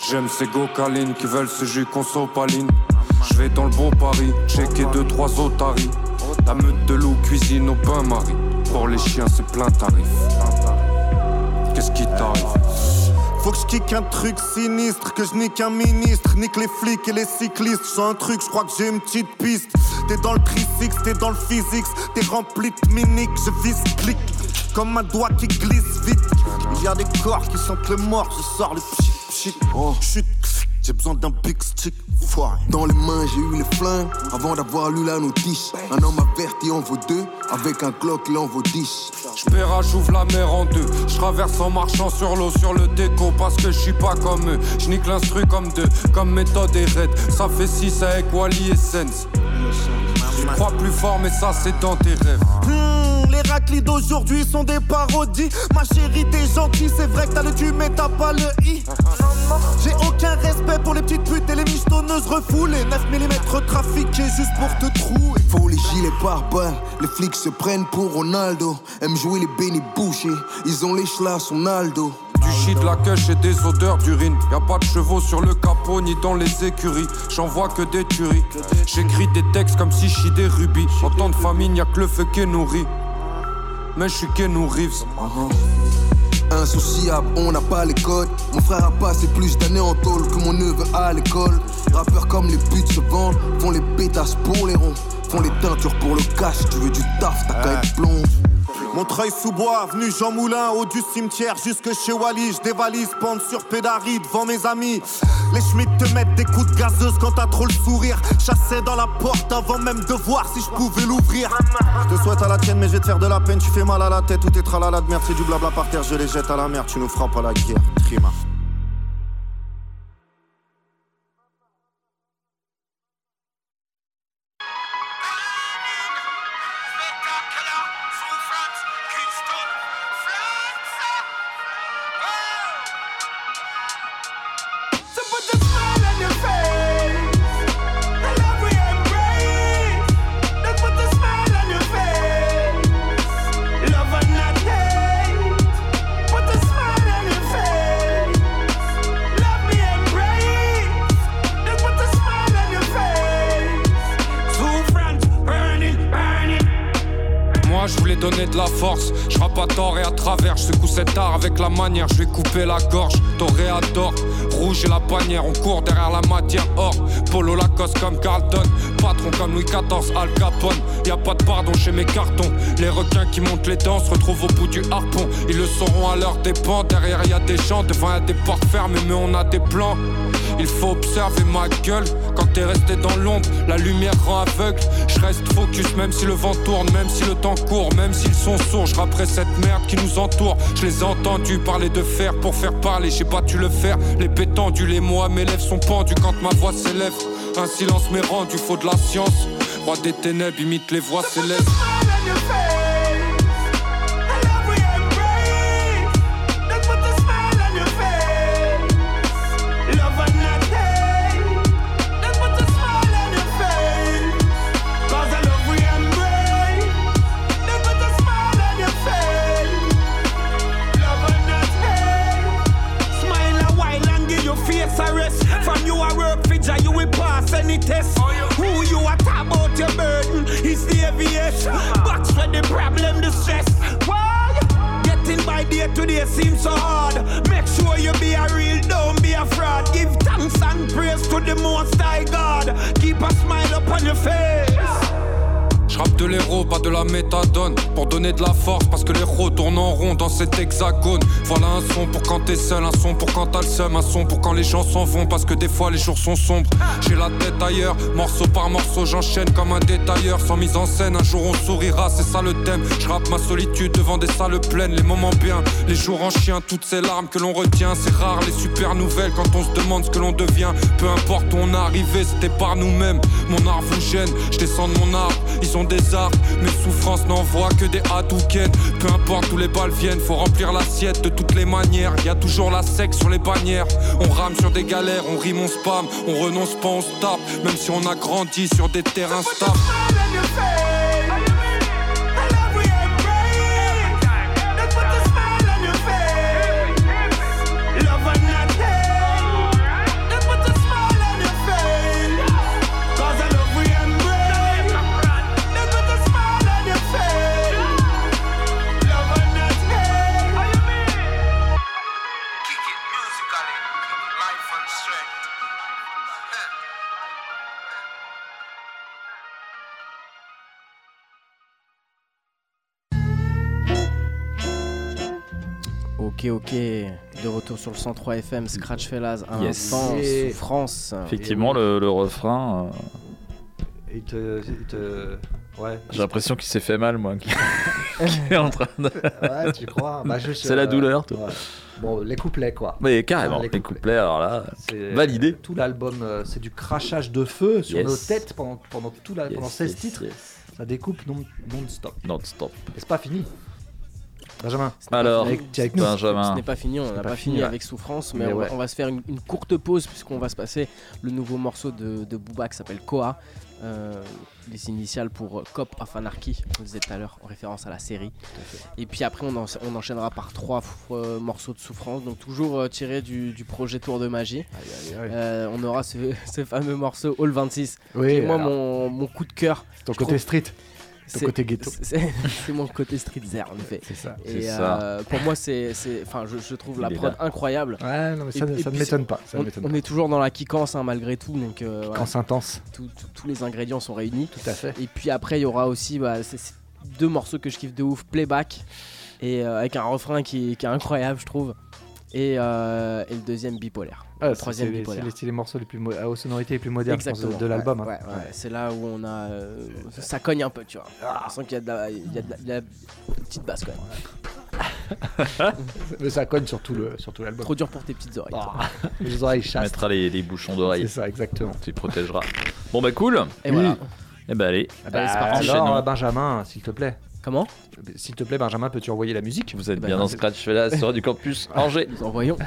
J'aime ces go-calines qui veulent ce jus qu'on sopaline. Je vais dans le bon Paris, checker deux trois otaries. La meute de loup cuisine au bain-marie. Pour les chiens c'est plein tarif. Qu'est-ce qui t'arrive? Faut que je kick un truc sinistre, que je nique un ministre, nique les flics et les cyclistes. Je sens un truc, je crois que j'ai une petite piste. T'es dans le trisix, t'es dans le physique, t'es rempli de miniques, je vise clic comme un doigt qui glisse vite. Il y a des corps qui sentent le mort, je sors le pchit pchit. Oh, chut, j'ai besoin d'un big stick. Dans les mains j'ai eu les flingues avant d'avoir lu la notice. Un homme averti en vaut deux, avec un Glock il en vaut dix. J'paiera, j'ouvre la mer en deux. J'traverse en marchant sur l'eau, sur le déco. Parce que j'suis pas comme eux. J'nique l'instru comme deux, comme méthode et raid. Ça fait six avec Wally et Sense. J'crois plus fort mais ça c'est dans tes rêves. Mmh, les raclis d'aujourd'hui sont des parodies. Ma chérie t'es gentille, c'est vrai que t'as le tu mais t'as pas le i. J'ai aucun respect pour les petites putes et les michetonneuses refoulées. neuf millimètres trafiqués juste pour te trouer. Faut les gilets par balles, les flics se prennent pour Ronaldo. Aiment jouer les bénis bouchés, ils ont les chlas son Aldo. Du shit, de la queche et des odeurs d'urine. Y'a pas de chevaux sur le capot ni dans les écuries. J'en vois que des tueries. J'écris des textes comme si j'chis des rubis. En temps de famine, y'a que le feu qui nourrit. Mais j'suis Keanu Reeves. Uh-huh. Insociable, on n'a pas les codes. Mon frère a passé plus d'années en tôle que mon neveu à l'école. Rappeurs comme les putes se vendent, font les pétasses pour les ronds, font les teintures pour le cash. Tu veux du taf, t'as qu'à être blond. Montreuil-sous-Bois, avenue Jean Moulin, haut du cimetière jusque chez Wally. J'dévalise, pente sur pédari devant mes amis. Les schmitts te mettent des coups de gazeuse quand t'as trop le sourire. Chassais dans la porte avant même de voir si je pouvais l'ouvrir. Je te souhaite à la tienne mais je vais te faire de la peine. Tu fais mal à la tête, tout tes tralala de merde. C'est du blabla par terre, je les jette à la mer. Tu nous frappes à la guerre, Trima. Donner de la force, je rappe à tort et à travers. Je secoue cet art avec la manière, je vais couper la gorge. Toréador, rouge et la bannière. On court derrière la matière or. Polo Lacoste comme Carlton, patron comme Louis quatorze, Al Capone. Y'a pas de pardon chez mes cartons. Les requins qui montent les dents se retrouvent au bout du harpon. Ils le sauront à leur dépens. Derrière y'a des gens, devant y'a des portes fermées, mais on a des plans. Il faut observer ma gueule. Quand t'es resté dans l'ombre, la lumière rend aveugle. Je reste focus même si le vent tourne, même si le temps court, même s'ils sont sourds. Je rapperai cette merde qui nous entoure. Je les ai entendus parler de fer pour faire parler. J'ai pas dû le faire, les pétendus, les mots à mes lèvres sont pendus quand ma voix s'élève. Un silence m'est rendu, faut de la science. Roi des ténèbres imite les voix célestes. From you a work figure, you will pass any test. Who you are talk about your burden is the heaviest. Box for the problem, the stress. Why? Getting by day to day seems so hard. Make sure you be a real, don't be a fraud. Give thanks and praise to the Most High God. Keep a smile upon your face. J'rappe de l'héros, pas de la méthadone. Pour donner de la force, parce que l'héros tourne en rond dans cet hexagone. Voilà un son pour quand t'es seul, un son pour quand t'as le seum, un son pour quand les gens s'en vont, parce que des fois les jours sont sombres. J'ai la tête ailleurs, morceau par morceau, j'enchaîne comme un détailleur. Sans mise en scène, un jour on sourira, c'est ça le thème. J'rappe ma solitude devant des salles pleines, les moments bien, les jours en chien, toutes ces larmes que l'on retient. C'est rare les super nouvelles quand on se demande ce que l'on devient. Peu importe où on est arrivé, c'était par nous-mêmes. Mon art vous gêne, je descends de mon arbre, ils ont des arts, mes souffrances n'envoient que des hadouken. Peu importe où les balles viennent, faut remplir l'assiette de toutes les manières. Y'a toujours la sec sur les bannières. On rame sur des galères, on rime, on spam, on renonce pas, on se tape. Même si on a grandi sur des terrains stables. Ok, ok, de retour sur le cent trois F M, Scratch Fellas, un Yes. instant, Et- souffrance. Effectivement, le, le refrain, euh, Il te, il te... Ouais. j'ai l'impression qu'il s'est fait mal, moi. Qui qui est en train de... Ouais, tu crois bah, je- C'est la euh, douleur, toi. ouais. Bon, les couplets, quoi. Mais carrément, Ah, les couplets, alors là, C'est- validé. Tout l'album, euh, c'est du crachage de feu sur Yes. nos têtes pendant, pendant, tout la, Yes, pendant seize yes, titres. yes. Ça découpe non, non-stop. Non-stop. Et c'est pas fini. Benjamin. Alors, Avec- tu es avec nous. Benjamin. Ce n'est pas fini, on n'a pas pas, fini, fini ouais. avec Souffrance, mais, Mais on, va, ouais. on va se faire une, une courte pause puisqu'on va se passer le nouveau morceau de, de Booba qui s'appelle Koa. Euh, les initiales pour Cop of Anarchy, on le disait tout à l'heure, en référence à la série. Et puis après, on, en- on enchaînera par trois euh, morceaux de Souffrance, donc toujours euh, tirés du, du projet Tour de Magie. Aïe, aïe, aïe. Euh, on aura ce, ce fameux morceau All vingt-six, Oui, qui est moi alors. mon, mon coup de cœur. Ton Je côté trouve- street. Ton c'est- côté ghetto. C'est c'est mon côté street zer en effet. C'est ça. Et C'est euh, pour moi, c'est, c'est, enfin, je, je trouve la Il est prod là. incroyable. Ouais, non, mais ça, Et- et ça ne puis, m'étonne pas. Ça ne On, m'étonne on pas. est toujours dans la kickance hein, malgré tout, donc euh, voilà, Quand intense. tout- tout- tous les ingrédients sont réunis. Tout à fait. Et puis après, il y aura aussi bah, c'est- c'est deux morceaux que je kiffe de ouf, Playback, et euh, avec un refrain qui, qui est incroyable, je trouve. Et, euh, et le deuxième Bipolaire. Ah, le c'est- troisième c'est les- Bipolaire. c'est les, c'est les morceaux les plus mo- aux sonorités les plus modernes je pense, de, Exactement. de l'album. Ouais, hein. ouais, ouais. C'est là où on a. euh, ça cogne un peu, tu vois. On sent qu'il y a de la, il y a de la, il y a une petite basse quand même. Mais ça cogne sur tout le sur tout l'album. Trop dur pour tes petites oreilles. toi. Ah, les oreilles Tu chastes. mettras les, les bouchons d'oreille. C'est ça, exactement. Tu te protégeras. Bon bah cool. Et voilà. Et bah allez. Ah bah, Allez, c'est parti. alors, Enchaînons. Benjamin, s'il te plaît. Comment S'il te plaît, Benjamin, peux-tu envoyer la musique Vous êtes Bah, bien dans c'est- Scratch Fellas sur du campus Angers. Nous envoyons.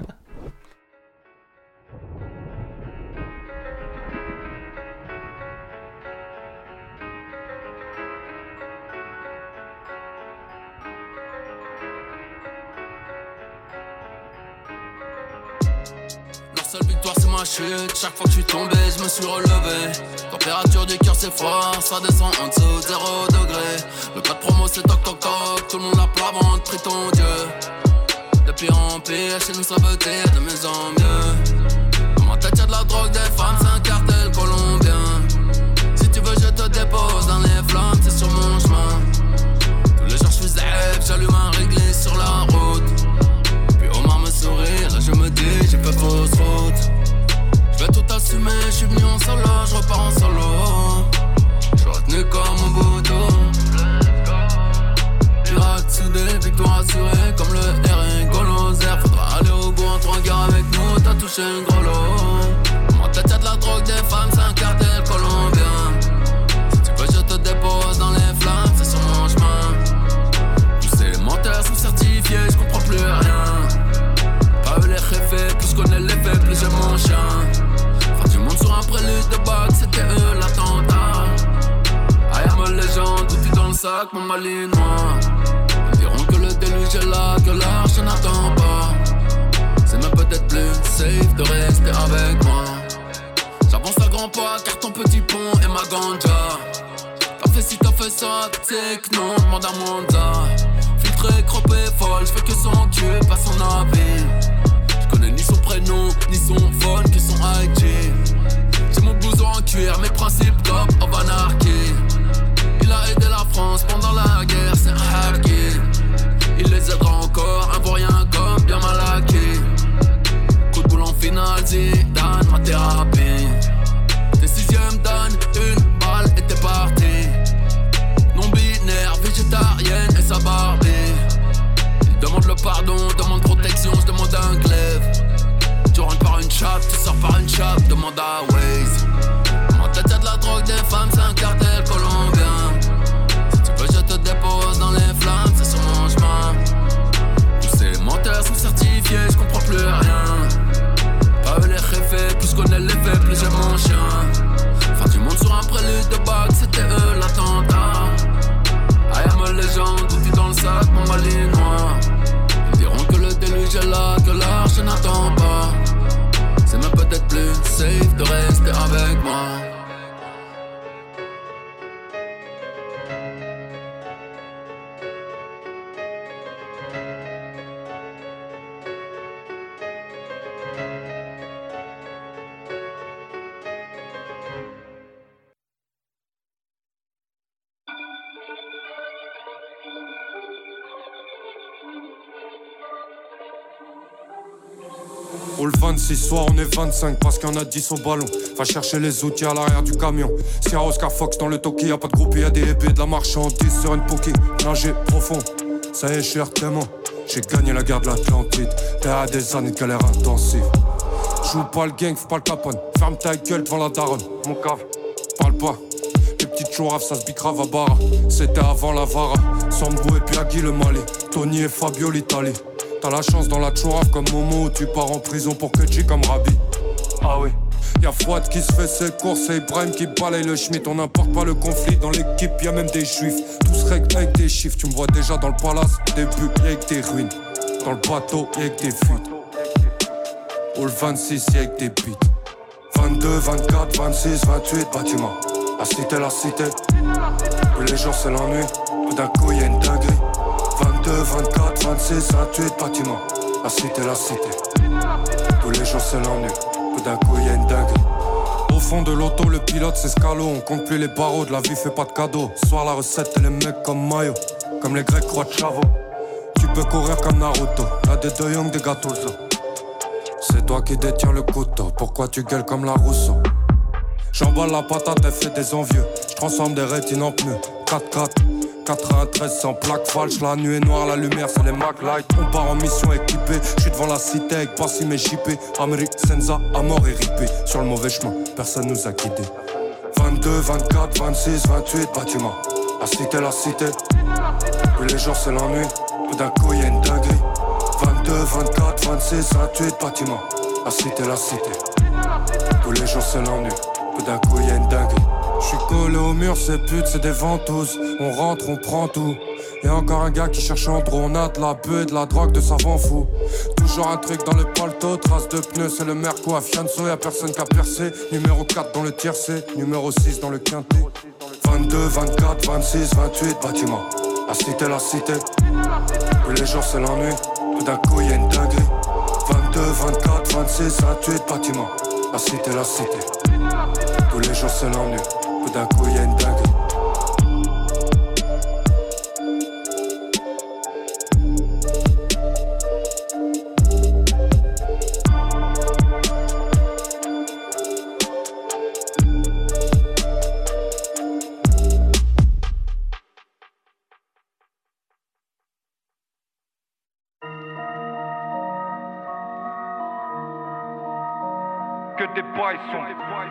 Leur seule victoire c'est ma chute. Chaque fois que je suis tombé, je me suis relevé. Température du cœur c'est froid, ça descend en dessous zéro degré. Le code promo c'est toc toc toc, tout le monde l'applaudit, prie ton Dieu. De pire en pire, chez nous ça veut dire de mieux en mieux. Dans ma tête y'a de la drogue, des femmes, c'est un cartel colombien. Si tu veux je te dépose dans les flammes, c'est sur mon chemin. Tous les jours je suis zèbre, j'allume un réglisse sur la route. Omar me sourit, là je me dis j'ai fait fausse route. Je vais tout assumer, je suis venu en solo, je repars en solo. Je suis retenu comme un bouton. Pirate soudé, victoire assurée comme le R un Golozer. Faudra aller au bout en trois gars avec nous, t'as touché un gros lot. Dans ma tête y'a de la drogue, des femmes, c'est un cartel colombien. Si tu veux je te dépose dans les flammes, c'est sur mon chemin. Tous ces menteurs sont certifiés, je comprends plus rien. Pas eu les réfés, plus je connais les faits, plus j'aime mon chien. Fin du monde sur un prélude de bague, c'était eux l'attentat. I am a légende, tout est dans le sac, mon malinois. Ils diront que le déluge est là, que l'arche n'attend pas. C'est même peut-être plus safe de rester avec moi. J'avance à grands pas, car ton petit pont est ma ganja. T'as fait ci, t'as fait ça, c'est que non, demande à Monza. Filtré, croppé, folle, j'fais que son cul, pas son avis. J'connais ni son prénom, ni son phone, que son I G. J'ai mon blouson en cuir, mes principes cop of anarchy. Il a aidé la France pendant la guerre, c'est un hacky. Il les aidera encore, un vaurien comme bien mal acquis. Coup de boule en finale, Zidane, ma thérapie. T'es sixième dan, une balle et t'es parti. Non-binaire, végétarienne et sa Barbie. Il demande le pardon, demande protection, je demande un glaive. Tu rentres par une chape, tu sors par une chape, demande à Waze. Dans ma tête y'a de la drogue, des femmes, c'est un cartel colombien. Si tu veux je te dépose dans les flammes, c'est sur mon chemin. Tous ces menteurs sont certifiés, je comprends plus rien. Pas eu les réfés, plus je connais les faits, plus j'aime mon chien. Fin du monde sur un prélude de bague, c'était eux l'attentat. I am a légende, tout est dans le sac, mon malinois. Ils diront que le déluge est là, que l'arche n'attend pas. C'est même peut-être plus safe de rester avec moi. Au le vingt-six soir on est vingt-cinq parce qu'il y en a dix au ballon. Va chercher les outils à l'arrière du camion. Sierra Oscar Fox dans le Toki, y'a pas de groupe, y'a des épées, de la marchandise sur une Poki. Nager profond, ça y est je suis RTMO. J'ai gagné la guerre de l'Atlantide, derrière des années de galère intensive. Joue pas le gang, fais pas le capone. Ferme ta gueule devant la daronne. Mon cave, parle pas. Les petites chouraves, ça se bicrave à Barra. C'était avant la Vara. Sambo et puis Agui le Mali. Tony et Fabio l'Italie. T'as la chance dans la chourave comme Momo où tu pars en prison pour que G comme Rabi. Ah oui. Y'a Fouad qui se fait ses courses et Ibrahim qui balaye le Schmitt. On n'importe pas le conflit dans l'équipe, y'a même des juifs. Tous règles avec des chiffres. Tu me vois déjà dans le palace, des buts, y'a que des ruines. Dans le bateau, y'a que des fuites. Au le vingt-six, y'a que des beats. vingt-deux, vingt-quatre, vingt-six, vingt-huit bâtiments. La cité, la cité. Tous les jours c'est l'ennui. Tout d'un coup y'a une dinguerie. vingt-deux, vingt-quatre, vingt-six, vingt-huit bâtiments. La cité, la cité. Tous les jours c'est l'ennui. Tout d'un coup y'a une dinguerie. Au fond de l'auto, le pilote c'est Scalo. On compte plus les barreaux, de la vie fait pas de cadeaux. Soir la recette et les mecs comme Mayo. Comme les Grecs croient de Chavo. Tu peux courir comme Naruto. Y'a des De Jong, des Gattuso. C'est toi qui détiens le couteau. Pourquoi tu gueules comme la Rousseau? J'emballe la patate, elle fait des envieux. J'transforme des rétines en pneus. quatre quatre, quatre-vingt-treize sans plaque falche. La nuit est noire, la lumière c'est les Mac Light. On part en mission équipée. J'suis devant la cité avec Bassim et J P. Amérique, Senza, à mort et ripé. Sur le mauvais chemin, personne nous a quittés. vingt-deux, vingt-quatre, vingt-six, vingt-huit bâtiments. La cité, la cité. Tous les jours c'est l'ennui. Tout d'un coup y'a une dinguerie. vingt-deux, vingt-quatre, vingt-six, vingt-huit bâtiments. La cité, la cité. Tous les jours c'est l'ennui. Tout d'un coup y'a une dinguerie. J'suis collé au mur, ces putes c'est des ventouses. On rentre, on prend tout. Y'a encore un gars qui cherche en drone. On a de la bœuf et de la drogue, de savant fou. Toujours un truc dans le paletot. Trace de pneus, c'est le Merco à Fianso. Y'a personne qui a percé. Numéro quatre dans le tiercé. Numéro six dans le quintet. vingt-deux, vingt-quatre, vingt-six, vingt-huit bâtiments. La cité, la cité. Tous les jours c'est l'ennui. Tout d'un coup y'a une dinguerie. vingt-deux, vingt-quatre, vingt-six, vingt-huit bâtiments. La cité, la cité. Tous les jours c'est l'ennui. Tout d'un coup y'a une dinguerie. Que des boys sont.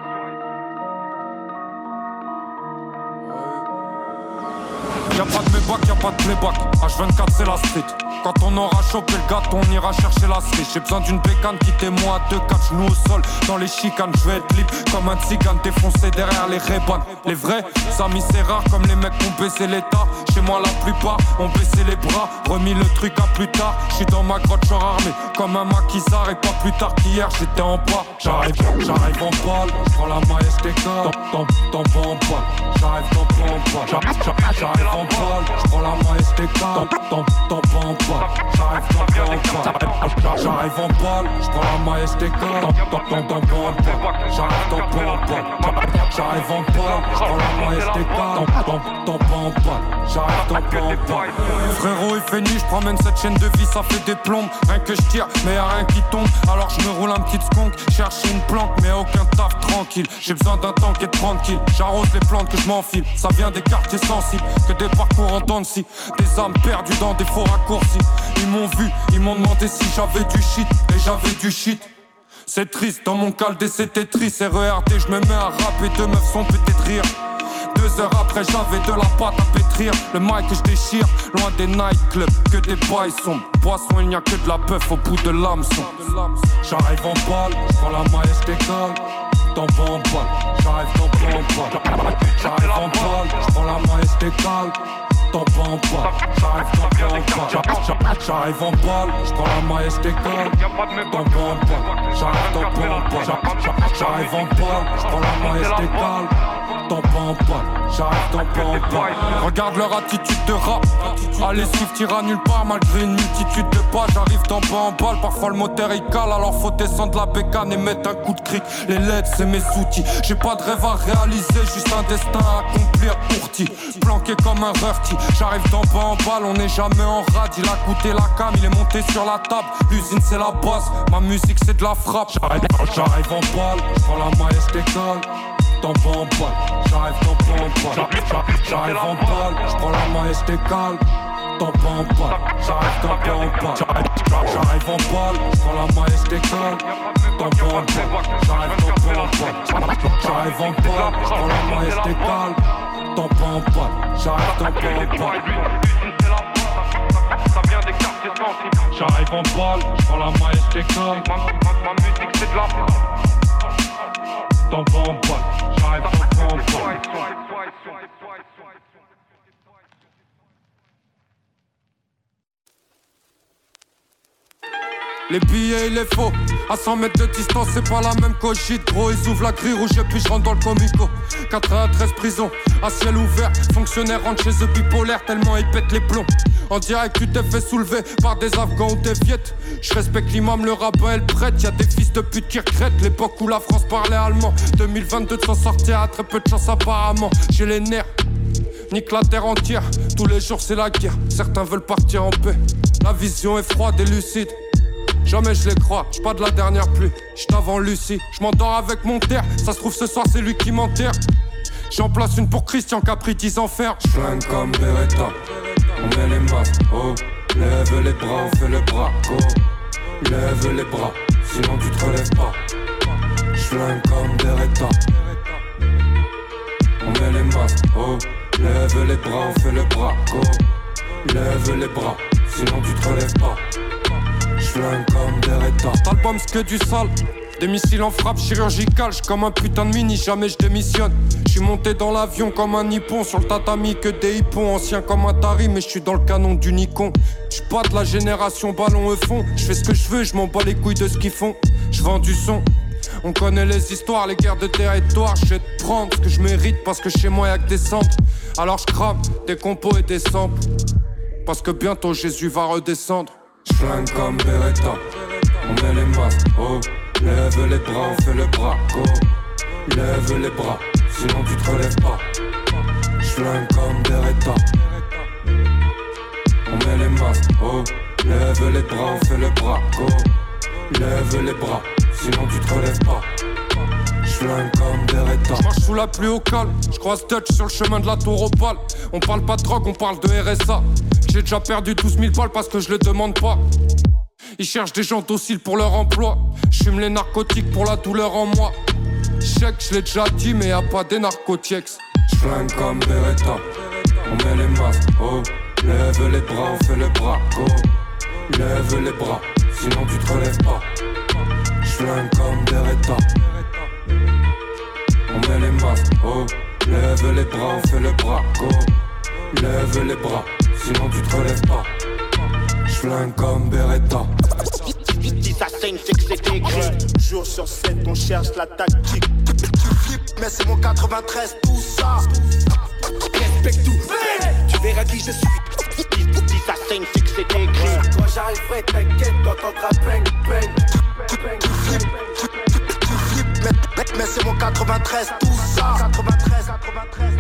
Y'a pas de mébac, y'a pas de playback. H vingt-quatre c'est la street. Quand on aura chopé le gâteau, on ira chercher la cerise. J'ai besoin d'une bécane qui témoigne à deux quatre genoux au sol. Dans les chicanes, je vais être libre comme un tzigane défoncé derrière les Ray-Ban. Les vrais, amis c'est rare comme les mecs qui ont baissé l'état. Chez moi la plupart ont baissé les bras, remis le truc à plus tard. J'suis dans ma grotte, j'suis armé comme un maquisard. Et pas plus tard qu'hier, j'étais en bas. J'arrive, j'arrive en balle, j'prends la maestéca. T'en t'en pas en balle, j'arrive t'en pas en balle. J'arrive en balle, j'prends la maestéca. T'en t'en pas en balle. J'arrive dans le balle, j'arrive en balle, j'prends la maestéca. T'en t'en pas en balle, j'arrive dans le balle. J'arrive en balle, j'prends la maestéca. T'en t'en pas en balle, j'arrive dans le balle. Frérot il fait nuit, j'promène cette chaîne de vie, ça fait des plombes. Rien que j'tire, mais y'a rien qui tombe. Alors j'me roule un petit skunk, cherche une planque, mais aucun taf tranquille. J'ai besoin d'un tank et de tranquille. J'arrose les plantes que je m'enfile, ça vient des quartiers sensibles. Que des parcours en dents de scie, des âmes perdues dans des faux raccourcis. Ils m'ont vu, ils m'ont demandé si j'avais du shit, et j'avais du shit. C'est triste, dans mon caldé c'était triste. R E R D, j'me mets à rapper, deux meufs sont peut-être rire. Deux heures après j'avais de la pâte à pétrir. Le mic que je déchire, loin des nightclubs. Que des bails sombres, poisson il n'y a que de la puff au bout de l'hameçon. J'arrive en balle, j'prends la maestéca. T'en pas en balle, j'arrive t'en pas en balle. J'arrive en balle, j'prends la maestéca. T'en pas en balle, j'arrive t'en pas en balle. J'arrive en balle, j'prends la maestéca. T'en pas en balle, j'arrive t'en pas en balle. J'arrive en balle, j'prends la maestéca. T'en pas en balle, j'arrive t'en pas en balle. Regarde leur attitude de rap. Allez Swift ira nulle part malgré une multitude de pas. J'arrive d'en bas en balle, parfois le moteur il cale, alors faut descendre la bécane et mettre un coup de cric. Les L E D c'est mes outils, j'ai pas de rêve à réaliser, juste un destin à accomplir courti. Planqué comme un rurti, j'arrive d'en bas en balle, on n'est jamais en rade. Il a goûté la cam, il est monté sur la table. L'usine c'est la base, ma musique c'est de la frappe. J'arrive, j'arrive en balle, j'prends la maille et j'décolle. D'en bas en balle, j'arrive d'en bas en balle. J'arrive en balle, j'prends la maille et j'décolle. D'en bas en balle, j'arrive d'en bas en balle. J'arrive en balle, j'prends la maille et j'décolle. D'en bas en balle, j'arrive d'en bas en balle. J'arrive en balle, j'prends la maille et j'décolle. D'en bas en balle, j'arrive d'en bas en balle. Ça vient des quartiers sensibles. J'arrive en balle, j'prends la maille et j'décolle. Ma musique c'est de la d'en bas en balle, j'arrive d'en bas en balle. Les billets il est faux, à cent mètres de distance c'est pas la même cogite. Gros ils ouvrent la grille rouge et puis je rentre dans le comico. quatre-vingt-treize prison, à ciel ouvert. Fonctionnaires rentrent chez eux bipolaires tellement ils pètent les plombs. En direct tu t'es fait soulever par des Afghans ou des Viettes. Je respecte l'imam, le rabbin et le prêtre. Y'a des fils de pute qui regrettent l'époque où la France parlait allemand. deux mille vingt-deux de s'en sortir à très peu de chance apparemment. J'ai les nerfs, nique la terre entière. Tous les jours c'est la guerre, certains veulent partir en paix. La vision est froide et lucide, jamais je les crois, j'suis pas de la dernière pluie. J'suis avant Lucie, j'm'endors avec mon terre. Ça se trouve ce soir c'est lui qui m'enterre. J'en place une pour Christian Capri, dix enfers. J'flingue comme Beretta, on met les masques, oh. Lève les bras, on fait le bras, oh. Lève les bras, sinon tu te relèves pas. J'flingue comme Beretta, on met les masques, oh. Lève les bras, on fait le bras, oh. Lève les bras, sinon tu te relèves pas. J'flingue comme Beretta. T'album c'est que du sale, des missiles en frappe chirurgicale. J'suis comme un putain de mini, jamais j'démissionne. J'suis monté dans l'avion comme un nippon. Sur le tatami que des hippons. Ancien comme un tari mais j'suis dans le canon du Nikon. J'suis pas de la génération ballon au fond. J'fais ce que j'veux, j'm'en bats les couilles de ce qu'ils font. J'vends du son, on connaît les histoires, les guerres de territoire. J'vais te prendre ce que j'mérite parce que chez moi y'a que des centres. Alors j'crame des compos et des samples parce que bientôt Jésus va redescendre. J'flingue comme Beretta, on met les masques, oh. Lève les bras, on fait le bras, oh. Lève les bras, sinon tu te relèves pas. J'flingue comme Beretta, on met les masques, oh. Lève les bras, on fait le bras, oh. Lève les bras, sinon tu te relèves pas. J'flingue comme Beretta. J'marche sous la pluie au calme, j'croise Dutch sur le chemin de la tour Opale. On parle pas de drogue, on parle de R S A. J'ai déjà perdu douze mille balles parce que je les demande pas. Ils cherchent des gens dociles pour leur emploi. J'fume les narcotiques pour la douleur en moi. Chèque, je l'ai déjà dit mais y'a pas des narcotiques. J'flingue comme Beretta, on met les masques, oh. Lève les bras, on fait le bras, oh. Lève les bras, sinon tu te relèves pas. J'flingue comme Beretta, on met les masques, oh. Lève les bras, on fait le bras, oh. Lève les bras, sinon tu te relèves pas. J'flingue comme Beretta. Si ça saigne, c'est que c'est écrit. Jour sur scène, on cherche la tactique. Tu flippes, mais c'est mon quatre-vingt-treize, tout ça. Respecte tout, tu verras qui je suis. Si ça saigne, c'est que c'est écrit. Quand j'arriverai, t'inquiète, t'entendras bang, bang. Tu flippes, mais, mais c'est mon quatre-vingt-treize, tout ça. quatre-vingt-treize, quatre-vingt-treize.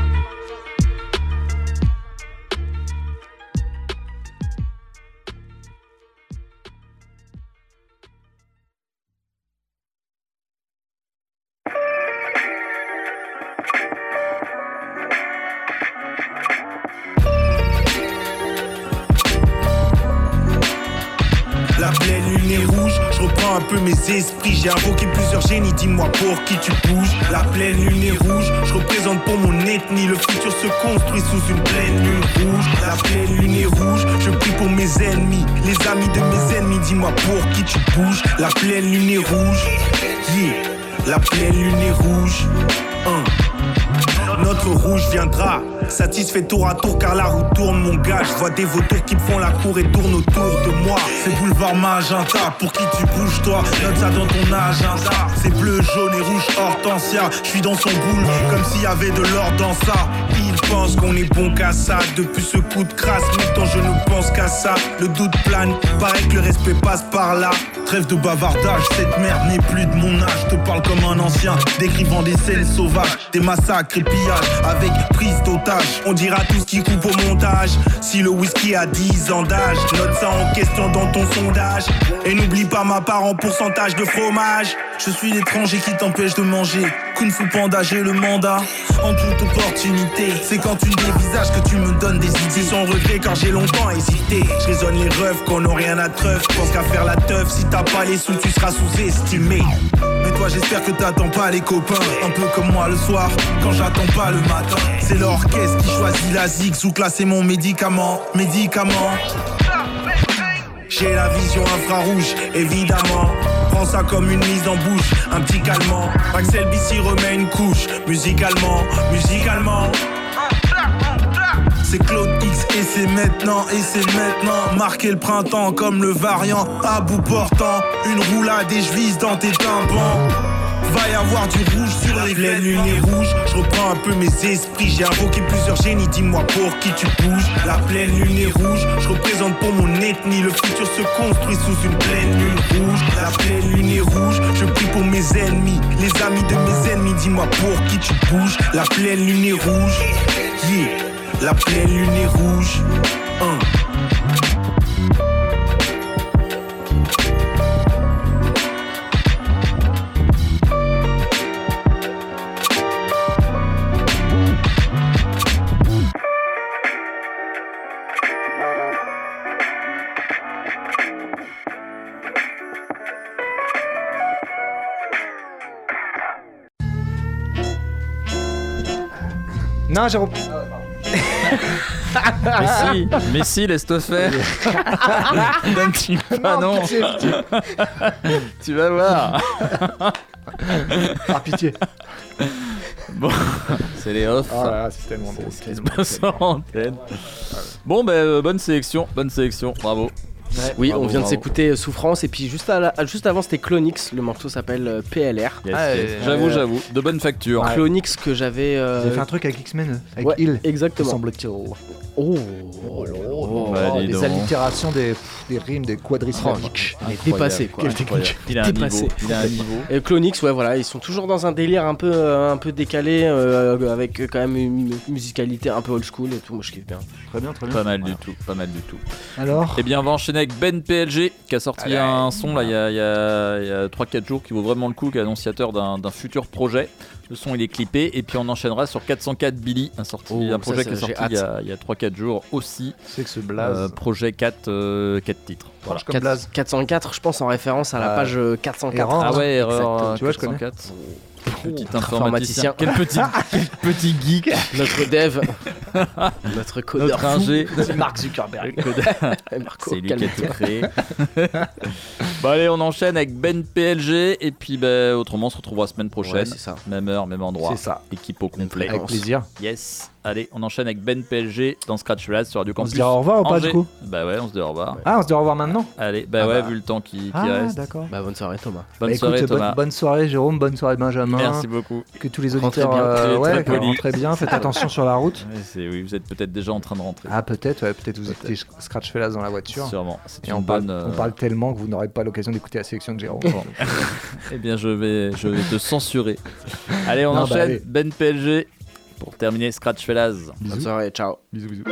La pleine lune est rouge, je reprends un peu mes esprits. J'ai invoqué plusieurs génies, dis-moi pour qui tu bouges. La pleine lune est rouge, je représente pour mon ethnie. Le futur se construit sous une pleine lune rouge. La pleine lune est rouge, je prie pour mes ennemis. Les amis de mes ennemis, dis-moi pour qui tu bouges. La pleine lune est rouge, yeah. La pleine lune est rouge, hein. Notre rouge viendra, satisfait tour à tour car la roue tourne mon gars. Je vois des vautours qui me font la cour et tournent autour de moi. C'est boulevard magenta, pour qui tu bouges toi? Note ça dans ton agenda. C'est bleu, jaune et rouge hortensia. Je suis dans son boule, comme s'il y avait de l'or dans ça. Il pense qu'on est bon qu'à ça. Depuis ce coup de crasse, maintenant je ne pense qu'à ça. Le doute plane, paraît que le respect passe par là. Trêve de bavardage, cette merde n'est plus de mon âge. Je te parle comme un ancien, décrivant des scènes sauvages, des massacres et pillages, avec prise d'otages. On dira tout ce qui coupe au montage. Si le whisky a dix ans d'âge, note ça en question dans ton sondage. Et n'oublie pas ma part en pourcentage de fromage. Je suis l'étranger qui t'empêche de manger. Kung Fu Panda, j'ai le mandat. En toute opportunité, c'est quand tu dévisages que tu me donnes des idées sans regret, car j'ai longtemps hésité. Je raisonne les refs qu'on n'a rien à treuf. Pense qu'à faire la teuf, si t'as pas les sous, tu seras sous-estimé. Mais toi, j'espère que t'attends pas les copains. Un peu comme moi le soir, quand j'attends pas le matin. C'est l'orchestre qui choisit la zig, sous classer mon médicament. Médicament. J'ai la vision infrarouge, évidemment. Prends ça comme une mise en bouche, un petit calmant. Axel B C remet une couche, musicalement, musicalement. C'est Claude X et c'est maintenant, et c'est maintenant. Marquer le printemps comme le variant, à bout portant. Une roulade et je vise dans tes tympans. Va y avoir du rouge sur les plaines lunes rouges. Je reprends un peu mes esprits. J'ai invoqué plusieurs génies, dis-moi pour qui tu bouges. La pleine lune est rouge. Je représente pour mon ethnie. Le futur se construit sous une pleine lune rouge. La pleine lune est rouge. Je prie pour mes ennemis, les amis de mes ennemis. Dis-moi pour qui tu bouges. La pleine lune est rouge. Yeah. La pleine lune est rouge. Un. Non, Jérôme. Mais si, mais si, laisse-toi faire. Donne tu pas, non. non. Pitié, pitié. Tu vas voir. Par pitié. Bon, c'est les off. Oh là là, c'est tellement drôle. C'est ce qui se passe en antenne. Bon, ben, euh, bonne sélection, bonne sélection, bravo. Ouais, oui, bravo, on vient bravo. de s'écouter Souffrance et puis juste, à la, juste avant c'était Clonix, le morceau s'appelle P L R. Yes, ah, yes. J'avoue, euh, j'avoue, de bonne facture. Ouais. Clonix que j'avais. Euh... Vous avez fait un truc avec X-Men, avec ouais, Hill. Exactement. Semble-t-il. Oh, oh, oh, oh, bah, oh des allitérations, des, des rimes, des quadrisyllabiques. Il est dépassé quoi. Quelle technique. Il a un dépassé. niveau. Il a un niveau. Et Clonix, ouais, voilà, ils sont toujours dans un délire un peu, euh, un peu décalé, euh, avec quand même une musicalité un peu old school et tout. Moi je kiffe bien. Très bien, très bien. Pas mal du tout, pas mal du tout. Alors. Eh bien, on va enchaîner avec Ben P L G qui a sorti Allez. un son là il y a, il y a, il y a trois quatre jours qui vaut vraiment le coup, qui est annonciateur d'un, d'un futur projet. Le son il est clippé et puis on enchaînera sur quatre cent quatre Billy, un, sorti, oh, un projet ça, qui est sorti il y a, il y a trois quatre jours aussi. C'est que ce blaze. Euh, projet quatre, euh, quatre titres. Voilà. Comme blaze. quatre cent quatre, je pense en référence à la page quatre cent quatre. Erreur, ah ouais, erreur. Exactement. Tu vois, je connais. quatre cent quatre. Petit Oh, informaticien. Quel petit, quel petit geek. Notre dev. Notre codeur. Notre ingé. C'est Mark Zuckerberg. Marco, c'est lui qui a tout créé. Bon allez, on enchaîne avec Ben P L G et puis bah, autrement on se retrouvera la semaine prochaine. Ouais, c'est ça. Même heure, même endroit. C'est ça. Équipe au complet. Avec plaisir. Yes. Allez, on enchaîne avec Ben P L G dans Scratch Flash sur Radio Campus. On se dit au revoir ou pas Angers. du coup? Bah ouais, on se dit au revoir. Ah, on se dit au revoir maintenant? Allez, bah ah ouais, bah. vu le temps qui, qui ah, reste. D'accord. Bah bonne soirée Thomas. Bonne bah, soirée écoute, Thomas. Bonne, bonne soirée Jérôme, bonne soirée Benjamin. Merci beaucoup. Que tous les Rentrez auditeurs bien. euh, Très, ouais, très poli. rentrez bien, faites attention sur la route. Ouais, c'est, oui, vous êtes peut-être déjà en train de rentrer. Ah peut-être, ouais, peut-être vous écoutez Scratch Fellas dans la voiture. Sûrement. C'est Et une on, bonne, parle, euh... on parle tellement que vous n'aurez pas l'occasion d'écouter la sélection de Jérôme. Eh bien, je vais, je vais te censurer. Allez, on Non, enchaîne. bah, allez. Ben P L G pour terminer Scratch Fellas. Bonne soirée, ciao. Bisous, bisous.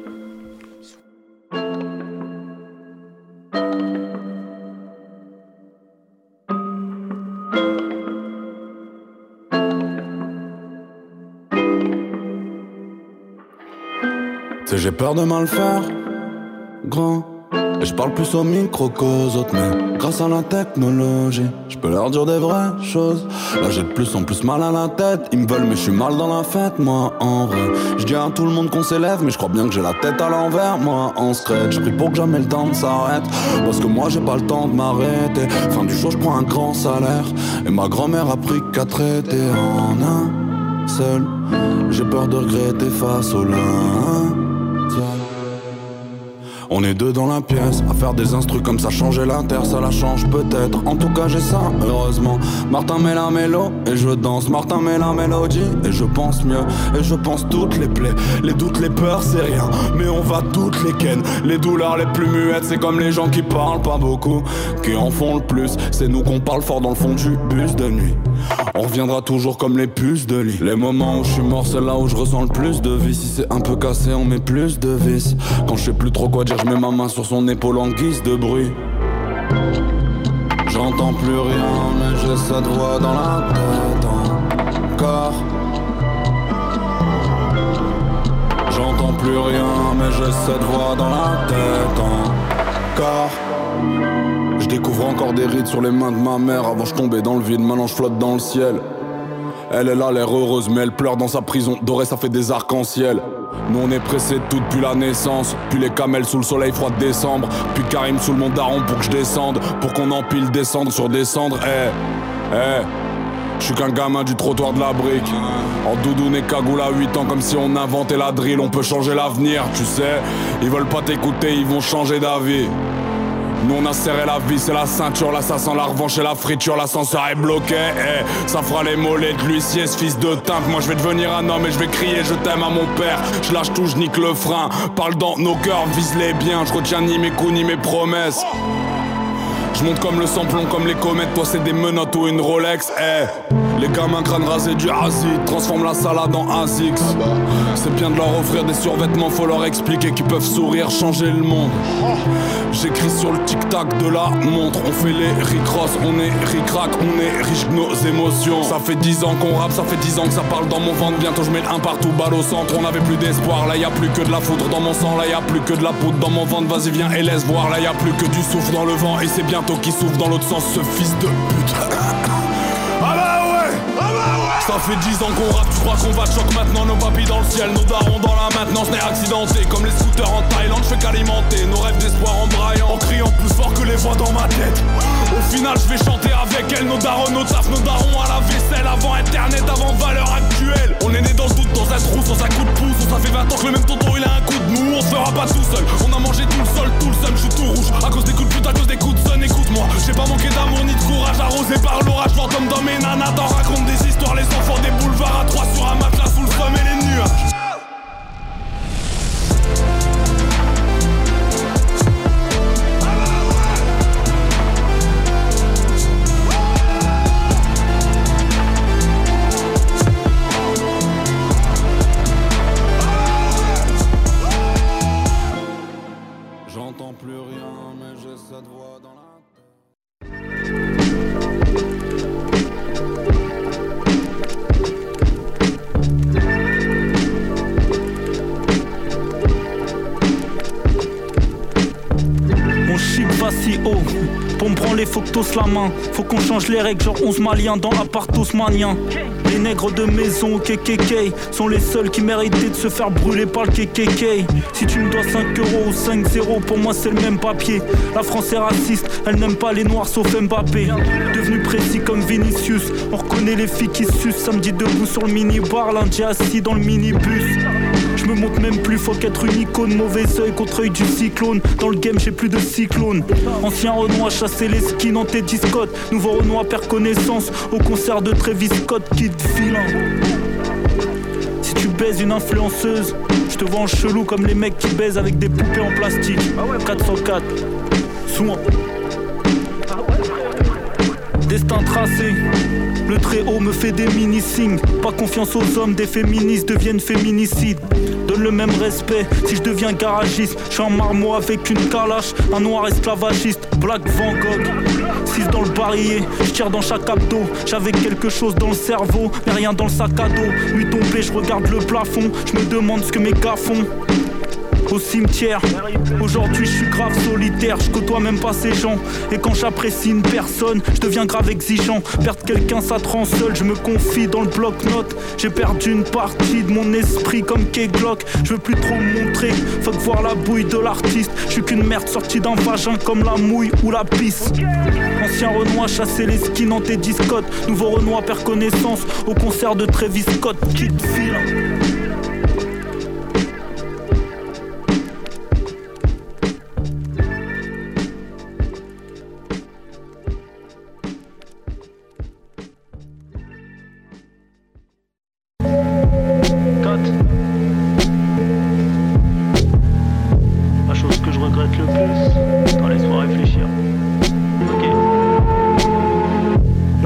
Tu sais, j'ai peur de mal faire, grand. Et je parle plus au micro qu'aux autres, mais grâce à la technologie, je peux leur dire des vraies choses. Là j'ai de plus en plus mal à la tête. Ils me veulent mais je suis mal dans la fête, moi en vrai. Je dis à tout le monde qu'on s'élève, mais je crois bien que j'ai la tête à l'envers, moi en secret. Je prie pour que jamais le temps ne s'arrête, parce que moi j'ai pas le temps de m'arrêter. Fin du jour je prends un grand salaire, et ma grand-mère a pris qu'à traiter en un seul. J'ai peur de regretter face au lundi. On est deux dans la pièce, à faire des instrus comme ça, changer la terre, ça la change peut-être. En tout cas j'ai ça, heureusement. Martin met la mélo et je danse. Martin met la mélodie et je pense mieux. Et je pense toutes les plaies, les doutes, les peurs, c'est rien. Mais on va toutes les ken. Les douleurs les plus muettes, c'est comme les gens qui parlent pas beaucoup, qui en font le plus. C'est nous qu'on parle fort dans le fond du bus de nuit. On reviendra toujours comme les puces de lit. Les moments où je suis mort, c'est là où je ressens le plus de vie. Si c'est un peu cassé, on met plus de vis. Quand je sais plus trop quoi dire, je mets ma main sur son épaule en guise de bruit. J'entends plus rien, mais j'ai cette voix dans la tête encore. J'entends plus rien, mais j'ai cette voix dans la tête encore. Je découvre encore des rides sur les mains de ma mère. Avant je tombais dans le vide, maintenant je flotte dans le ciel. Elle, elle a l'air heureuse, mais elle pleure dans sa prison dorée, ça fait des arcs-en-ciel. Nous on est pressés de tout depuis la naissance. Puis les camels sous le soleil froid de décembre. Puis Karim sous le mon daron pour que je descende. Pour qu'on empile descendre sur descendre. Eh, hey, eh hey. Je suis qu'un gamin du trottoir de la brique. En doudoune et cagoule à huit ans, comme si on inventait la drill. On peut changer l'avenir, tu sais. Ils veulent pas t'écouter, ils vont changer d'avis. Nous on a serré la vis et la ceinture. Là ça sent la revanche et la friture. L'ascenseur est bloqué, eh, ça fera les mollets de l'huissier, ce fils de timbre. Moi je vais devenir un homme et je vais crier je t'aime à mon père. Je lâche tout, je nique le frein. Parle dans nos cœurs, vise-les bien. Je retiens ni mes coups ni mes promesses. Je monte comme le samplon, comme les comètes. Toi c'est des menottes ou une Rolex, eh. Les gamins crâne rasé du acide, transforme la salade en Asics. C'est bien de leur offrir des survêtements, faut leur expliquer qu'ils peuvent sourire, changer le monde. J'écris sur le tic-tac de la montre. On fait les ric-ross, on est ric-rac, on est riche de nos émotions. Ça fait dix ans qu'on rappe, ça fait dix ans que ça parle dans mon ventre. Bientôt je mets un partout, balle au centre. On n'avait plus d'espoir, là y a plus que de la foudre dans mon sang. Là y a plus que de la poudre dans mon ventre. Vas-y viens et laisse voir, là y a plus que du souffle dans le vent. Et c'est bientôt qu'il souffle dans l'autre sens, ce fils de pute. Ah bah ouais, ah bah ouais. Ça fait dix ans qu'on rappe, tu crois qu'on va choc maintenant. Nos papilles dans le ciel, nos darons dans la maintenance. N'est accidenté comme les scooters en Thaïlande. Je fais qu'alimenter nos rêves d'espoir en braillant, en criant plus fort que les voix dans ma tête. Au final je vais chanter avec elle. Nos darons, nos taf, nos darons à la vaisselle. Avant internet, avant valeur actuelle. On est né dans le doute, dans un trou, sans un coup de pouce. Ça fait vingt ans que le même tonton il a un coup de mou. On se fera pas tout seul, on a mangé tout le sol, tout le seum. Je suis tout rouge, à cause des coups de pute, à cause des coups de sun. Écoute-moi, j'ai pas manqué d'amour ni de courage. Arrosé par l'orage, fantôme dans mes nanas. T'en raconte des histoires, les enfants des boulevards. À trois sur un matelas sous le somme et les nuages. J'entends plus rien, mais j'ai cette voix dans la Si haut, pour me prendre les photos la main. Faut qu'on change les règles, genre onze maliens dans appartos manien. Les nègres de maison au K K K sont les seuls qui méritaient de se faire brûler par le K K K. Si tu me dois cinq euros ou cinq zéro, pour moi c'est le même papier. La France est raciste, elle n'aime pas les noirs sauf Mbappé. Devenu précis comme Vinicius, on reconnaît les filles qui sucent. Samedi debout sur le mini-bar, lundi assis dans le minibus. Je me montre même plus, faut qu'être une icône. Mauvais œil contre œil du cyclone. Dans le game j'ai plus de cyclone. Ancien Renoir chasser les skins en Teddy Scott. Nouveau Renoir perd connaissance au concert de Travis Scott. Kid vilain. Si tu baises une influenceuse, je te vois en chelou comme les mecs qui baisent avec des poupées en plastique. Quatre cent quatre soin. Destin tracé, le très haut me fait des mini-signes. Pas confiance aux hommes, des féministes deviennent féminicides. Donne le même respect si je deviens garagiste. Je suis en marmot avec une calache, un noir esclavagiste. Black Van Gogh, six dans le barillet, je tire dans chaque abdo. J'avais quelque chose dans le cerveau, mais rien dans le sac à dos. Nuit tombée, je regarde le plafond, je me demande ce que mes gars font. Au cimetière, aujourd'hui je suis grave solitaire, je côtoie même pas ces gens. Et quand j'apprécie une personne, je deviens grave exigeant. Perdre quelqu'un ça te rend seul, je me confie dans le bloc-notes. J'ai perdu une partie de mon esprit comme K-Glock. Je veux plus trop me montrer, faut que voir la bouille de l'artiste. Je suis qu'une merde sortie d'un vagin comme la mouille ou la pisse. Ancien Renoir chasser les skins en Teddy Scott. Nouveau Renoir perd connaissance au concert de Travis Scott. Kid vilain.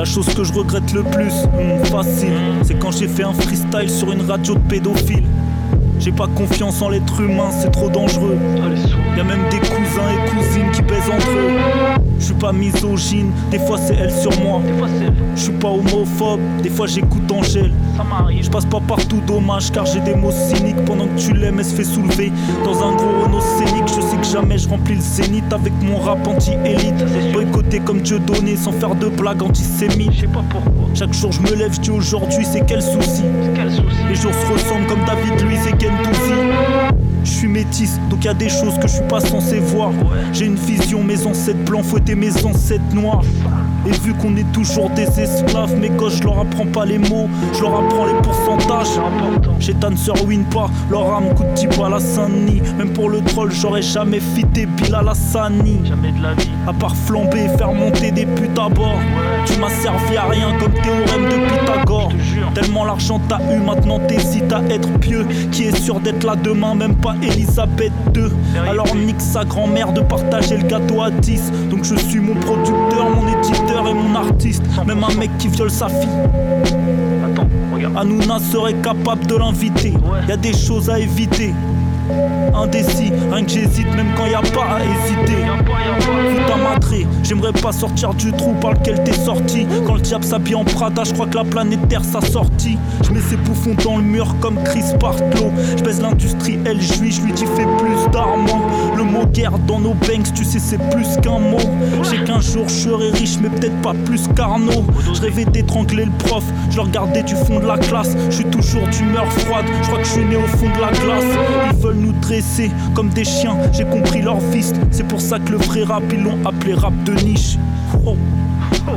chose que je regrette le plus, hum, facile, c'est quand j'ai fait un freestyle sur une radio de pédophiles. J'ai pas confiance en l'être humain, c'est trop dangereux. Y'a même des cousins et cousines qui baisent entre eux. J'suis pas misogyne, des fois c'est elle sur moi. J'suis pas homophobe, des fois j'écoute Angèle. J'passe pas partout, dommage, car j'ai des mots cyniques. Pendant que tu l'aimes, elle se fait soulever dans un gros Renault scénique. Je sais que jamais je remplis le zénith avec mon rap anti-élite. Boycotté comme Dieu donné, sans faire de blagues antisémites. Chaque jour je me lève, je dis aujourd'hui c'est quel souci. Les jours se ressemblent comme David Luiz et Gendouzi. Je suis métisse, donc y'a des choses que je suis pas censé voir. J'ai une vision, mes ancêtres blancs fouettaient mes ancêtres noirs. Et vu qu'on est toujours des esclaves, mes gosses, je leur apprends pas les mots, je leur apprends les pourcentages. Chétan se ruine pas, leur âme coûte dix balles à Saint-Denis. Même pour le troll, j'aurais jamais fité Bilal Hassani. Jamais de la vie. À part flamber et faire monter des putes à bord. Tu m'as servi à rien comme théorème de Pythagore. Tellement l'argent t'as eu, maintenant t'hésites à être pieux. Qui est sûr d'être là demain, même pas Elisabeth deux. Alors nique sa grand-mère de partager le gâteau à dix. Donc je suis mon producteur, mon éditeur et mon artiste. Même un mec qui viole sa fille, attends, regarde, Hanouna serait capable de l'inviter. Y'a des choses à éviter. Indécis, rien que j'hésite même quand y'a pas à hésiter. Tout à madré, j'aimerais pas sortir du trou par lequel t'es sorti. Quand le diable s'habille en Prada, je crois que la planète Terre s'a sorti. Je mets ses bouffons dans le mur comme Chris Bartlow. Je baise l'industriel juif, je lui dis fais plus d'armes. Le mot guerre dans nos banks, tu sais c'est plus qu'un mot. J'ai qu'un jour je serai riche mais peut-être pas plus qu'Arnaud. Je rêvais d'étrangler le prof, je le regardais du fond de la classe. Je suis toujours d'humeur froide, je crois que je suis né au fond de la glace. Ils veulent nous dresser comme des chiens, j'ai compris leur vice. C'est pour ça que le vrai rap ils l'ont appelé rap de niche. Oh. Oh.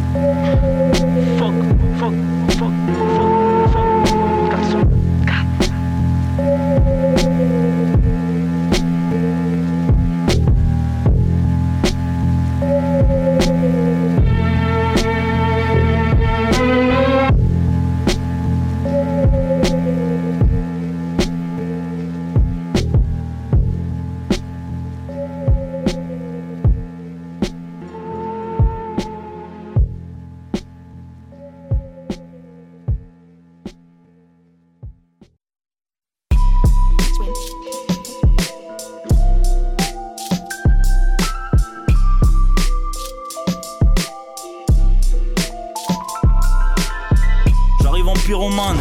Fuck, fuck, fuck, fuck, fuck. quatre cent quatre. Pyromane,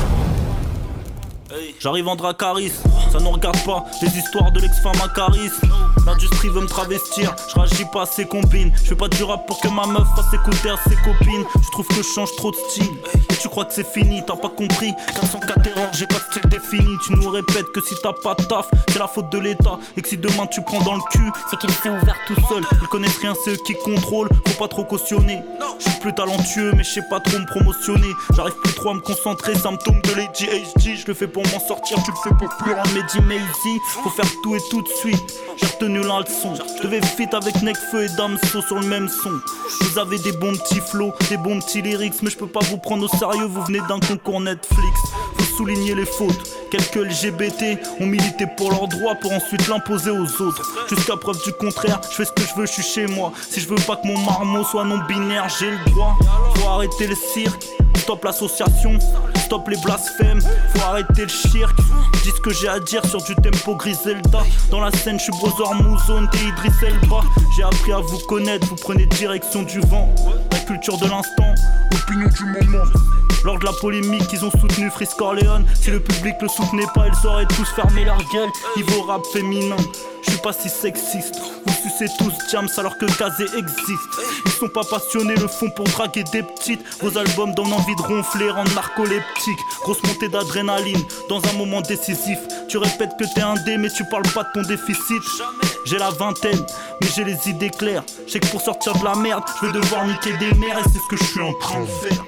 j'arrive en Dracarys, ça nous regarde pas, les histoires de l'ex-femme à Caris. L'industrie veut me travestir, je réagis pas à ses combines. Je fais pas du rap pour que ma meuf fasse écouter à ses copines. Tu trouves que je change trop de style et tu crois que c'est fini, t'as pas compris. quatre cent quatre erreurs, j'ai pas de style défini. Tu nous répètes que si t'as pas de taf, c'est la faute de l'État. Et que si demain tu prends dans le cul, c'est qu'il s'est ouvert tout seul. Ils connaissent rien, c'est eux qui contrôlent, faut pas trop cautionner. Je suis plus talentueux mais je sais pas trop me promotionner. J'arrive plus trop à me concentrer, symptôme de l'A D H D. Je le fais pour m'en sortir, tu le fais pour plus un Mehdi Maizy. Faut faire tout et tout de suite, j'ai retenu la leçon. Je devais fit avec Nekfeu et Damso sur le même son. Vous avez des bons petits flows, des bons petits lyrics, mais je peux pas vous prendre au sérieux, vous venez d'un concours Netflix. Faut souligner les fautes, quelques L G B T ont milité pour leurs droits pour ensuite l'imposer aux autres. Jusqu'à preuve du contraire, je fais ce que je veux, je suis chez moi. Si je veux pas que mon marmot soit non binaire, j'ai le droit. Faut arrêter le cirque, stop l'association, stop les blasphèmes, faut arrêter le cirque. Dis ce que j'ai à dire sur du tempo Griselda. Dans la scène, je suis Brother Mouzone, t'es Idriss Elba. J'ai appris à vous connaître, vous prenez direction du vent. La culture de l'instant, opinion du moment. Lors de la polémique, ils ont soutenu Frisk Corleone. Si le public le soutenait pas, ils auraient tous fermé leur gueule. Niveau rap féminin, je suis pas si sexiste. Vous sucez tous Jams alors que Kazé existe. Ils sont pas passionnés, le font pour draguer des petites. Vos albums donnent envie de ronfler, rendent narcoleptique. Grosse montée d'adrénaline, dans un moment décisif. Tu répètes que t'es un dé mais tu parles pas de ton déficit. J'ai la vingtaine, mais j'ai les idées claires. Je sais que pour sortir de la merde, je vais devoir niquer des mères. Et c'est ce que je suis en train de faire.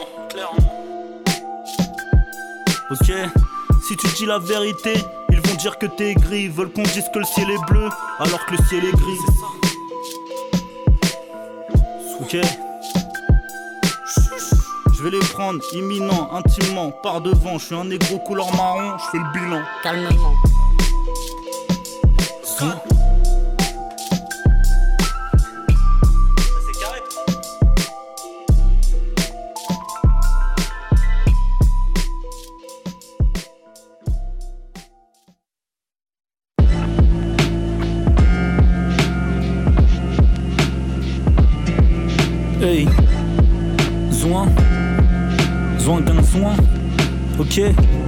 Ok, si tu dis la vérité, ils vont dire que t'es gris. Ils veulent qu'on dise que le ciel est bleu alors que le ciel est gris. Ok, je vais les prendre imminent, intimement, par devant. Je suis un négro couleur marron, je fais le bilan. Calmement. Son. Hey, Zouin, Zouin d'un Zouin, ok.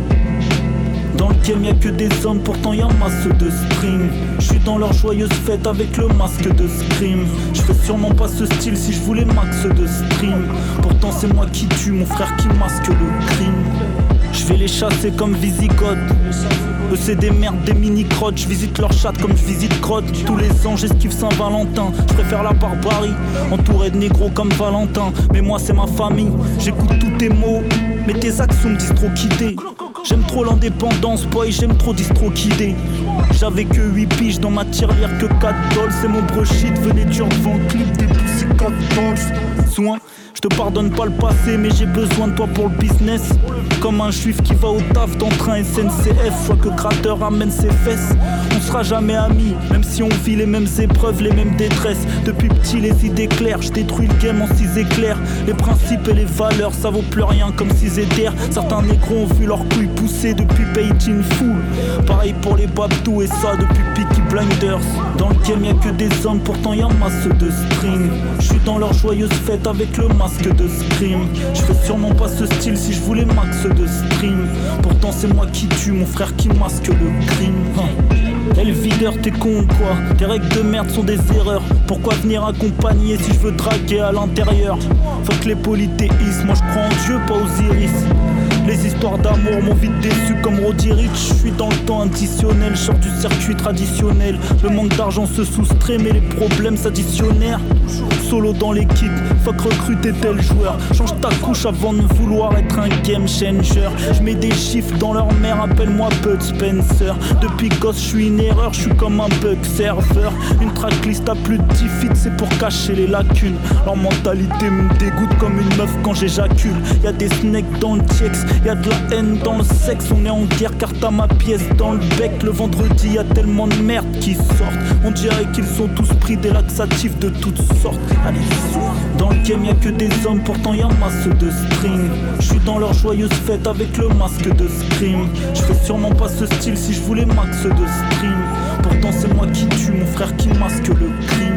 Dans le game y'a que des hommes, pourtant y'a masse de stream. J'suis dans leur joyeuse fête avec le masque de scream. J'fais sûrement pas ce style si je voulais max de stream. Pourtant c'est moi qui tue, mon frère qui masque le crime. J'vais les chasser comme Visigoth. Eux c'est des merdes, des mini-crottes. J'visite leur chat comme j'visite Crotte. Tous les ans j'esquive Saint-Valentin. J'préfère la barbarie, entouré de négros comme Valentin. Mais moi c'est ma famille, j'écoute tous tes mots. Mais tes actions me disent trop quitter. J'aime trop l'indépendance, boy, j'aime trop distro kidder. J'avais que huit piges dans ma tirelire, que quatre dollars. C'est mon brochit, venez dur devant le clip des poussées quatre dollars. Soin, je te pardonne pas le passé, mais j'ai besoin de toi pour le business. Comme un juif qui va au taf dans train S N C F. Je vois que Crater ramène ses fesses. On sera jamais amis, même si on vit les mêmes épreuves, les mêmes détresses. Depuis petit les idées claires, je détruis le game en six éclairs. Les principes et les valeurs, ça vaut plus rien comme six éthers. Certains négros ont vu leurs couilles pousser depuis Page in Full. Pareil pour les Babdou et ça depuis Peaky Blinders. Dans le game y'a que des hommes, pourtant y'a masse de string. J'suis dans leur joyeuse fête avec le masque de scream. J'fais sûrement pas ce style si je voulais max de stream. Pourtant c'est moi qui tue, mon frère qui masque le crime. Hein. Eh le videur t'es con ou quoi? Tes règles de merde sont des erreurs. Pourquoi venir accompagner si je veux draguer à l'intérieur? Fuck les polythéismes, moi je crois en Dieu pas aux iris. Les histoires d'amour m'ont vite déçu comme Roddy Ricch. Je suis dans le temps additionnel, je sors du circuit traditionnel. Le manque d'argent se soustrait mais les problèmes s'additionnèrent. Solo dans l'équipe, fuck recruter tel joueur. Change ta couche avant de vouloir être un game changer. Je mets des chiffres dans leur mère, appelle-moi Bud Spencer. Depuis gosse je suis une erreur, je suis comme un bug serveur. Une tracklist à plus de dix feats, c'est pour cacher les lacunes. Leur mentalité me dégoûte comme une meuf quand j'éjacule. Y'a des snakes dans le T X, y'a de la haine dans le sexe. On est en guerre car t'as ma pièce dans le bec. Le vendredi y'a tellement de merde qui sortent. On dirait qu'ils sont tous pris des laxatifs de toutes sortes. Allez, dans le game y'a que des hommes, pourtant y'a masse de string. J'suis dans leur joyeuse fête avec le masque de scream. J'fais sûrement pas ce style si je voulais max de stream. Pourtant c'est moi qui tue, mon frère qui masque le crime.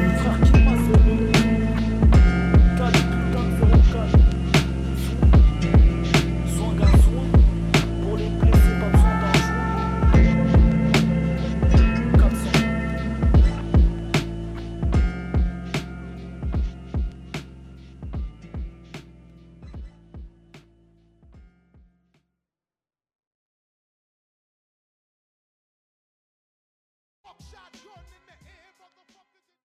Shot,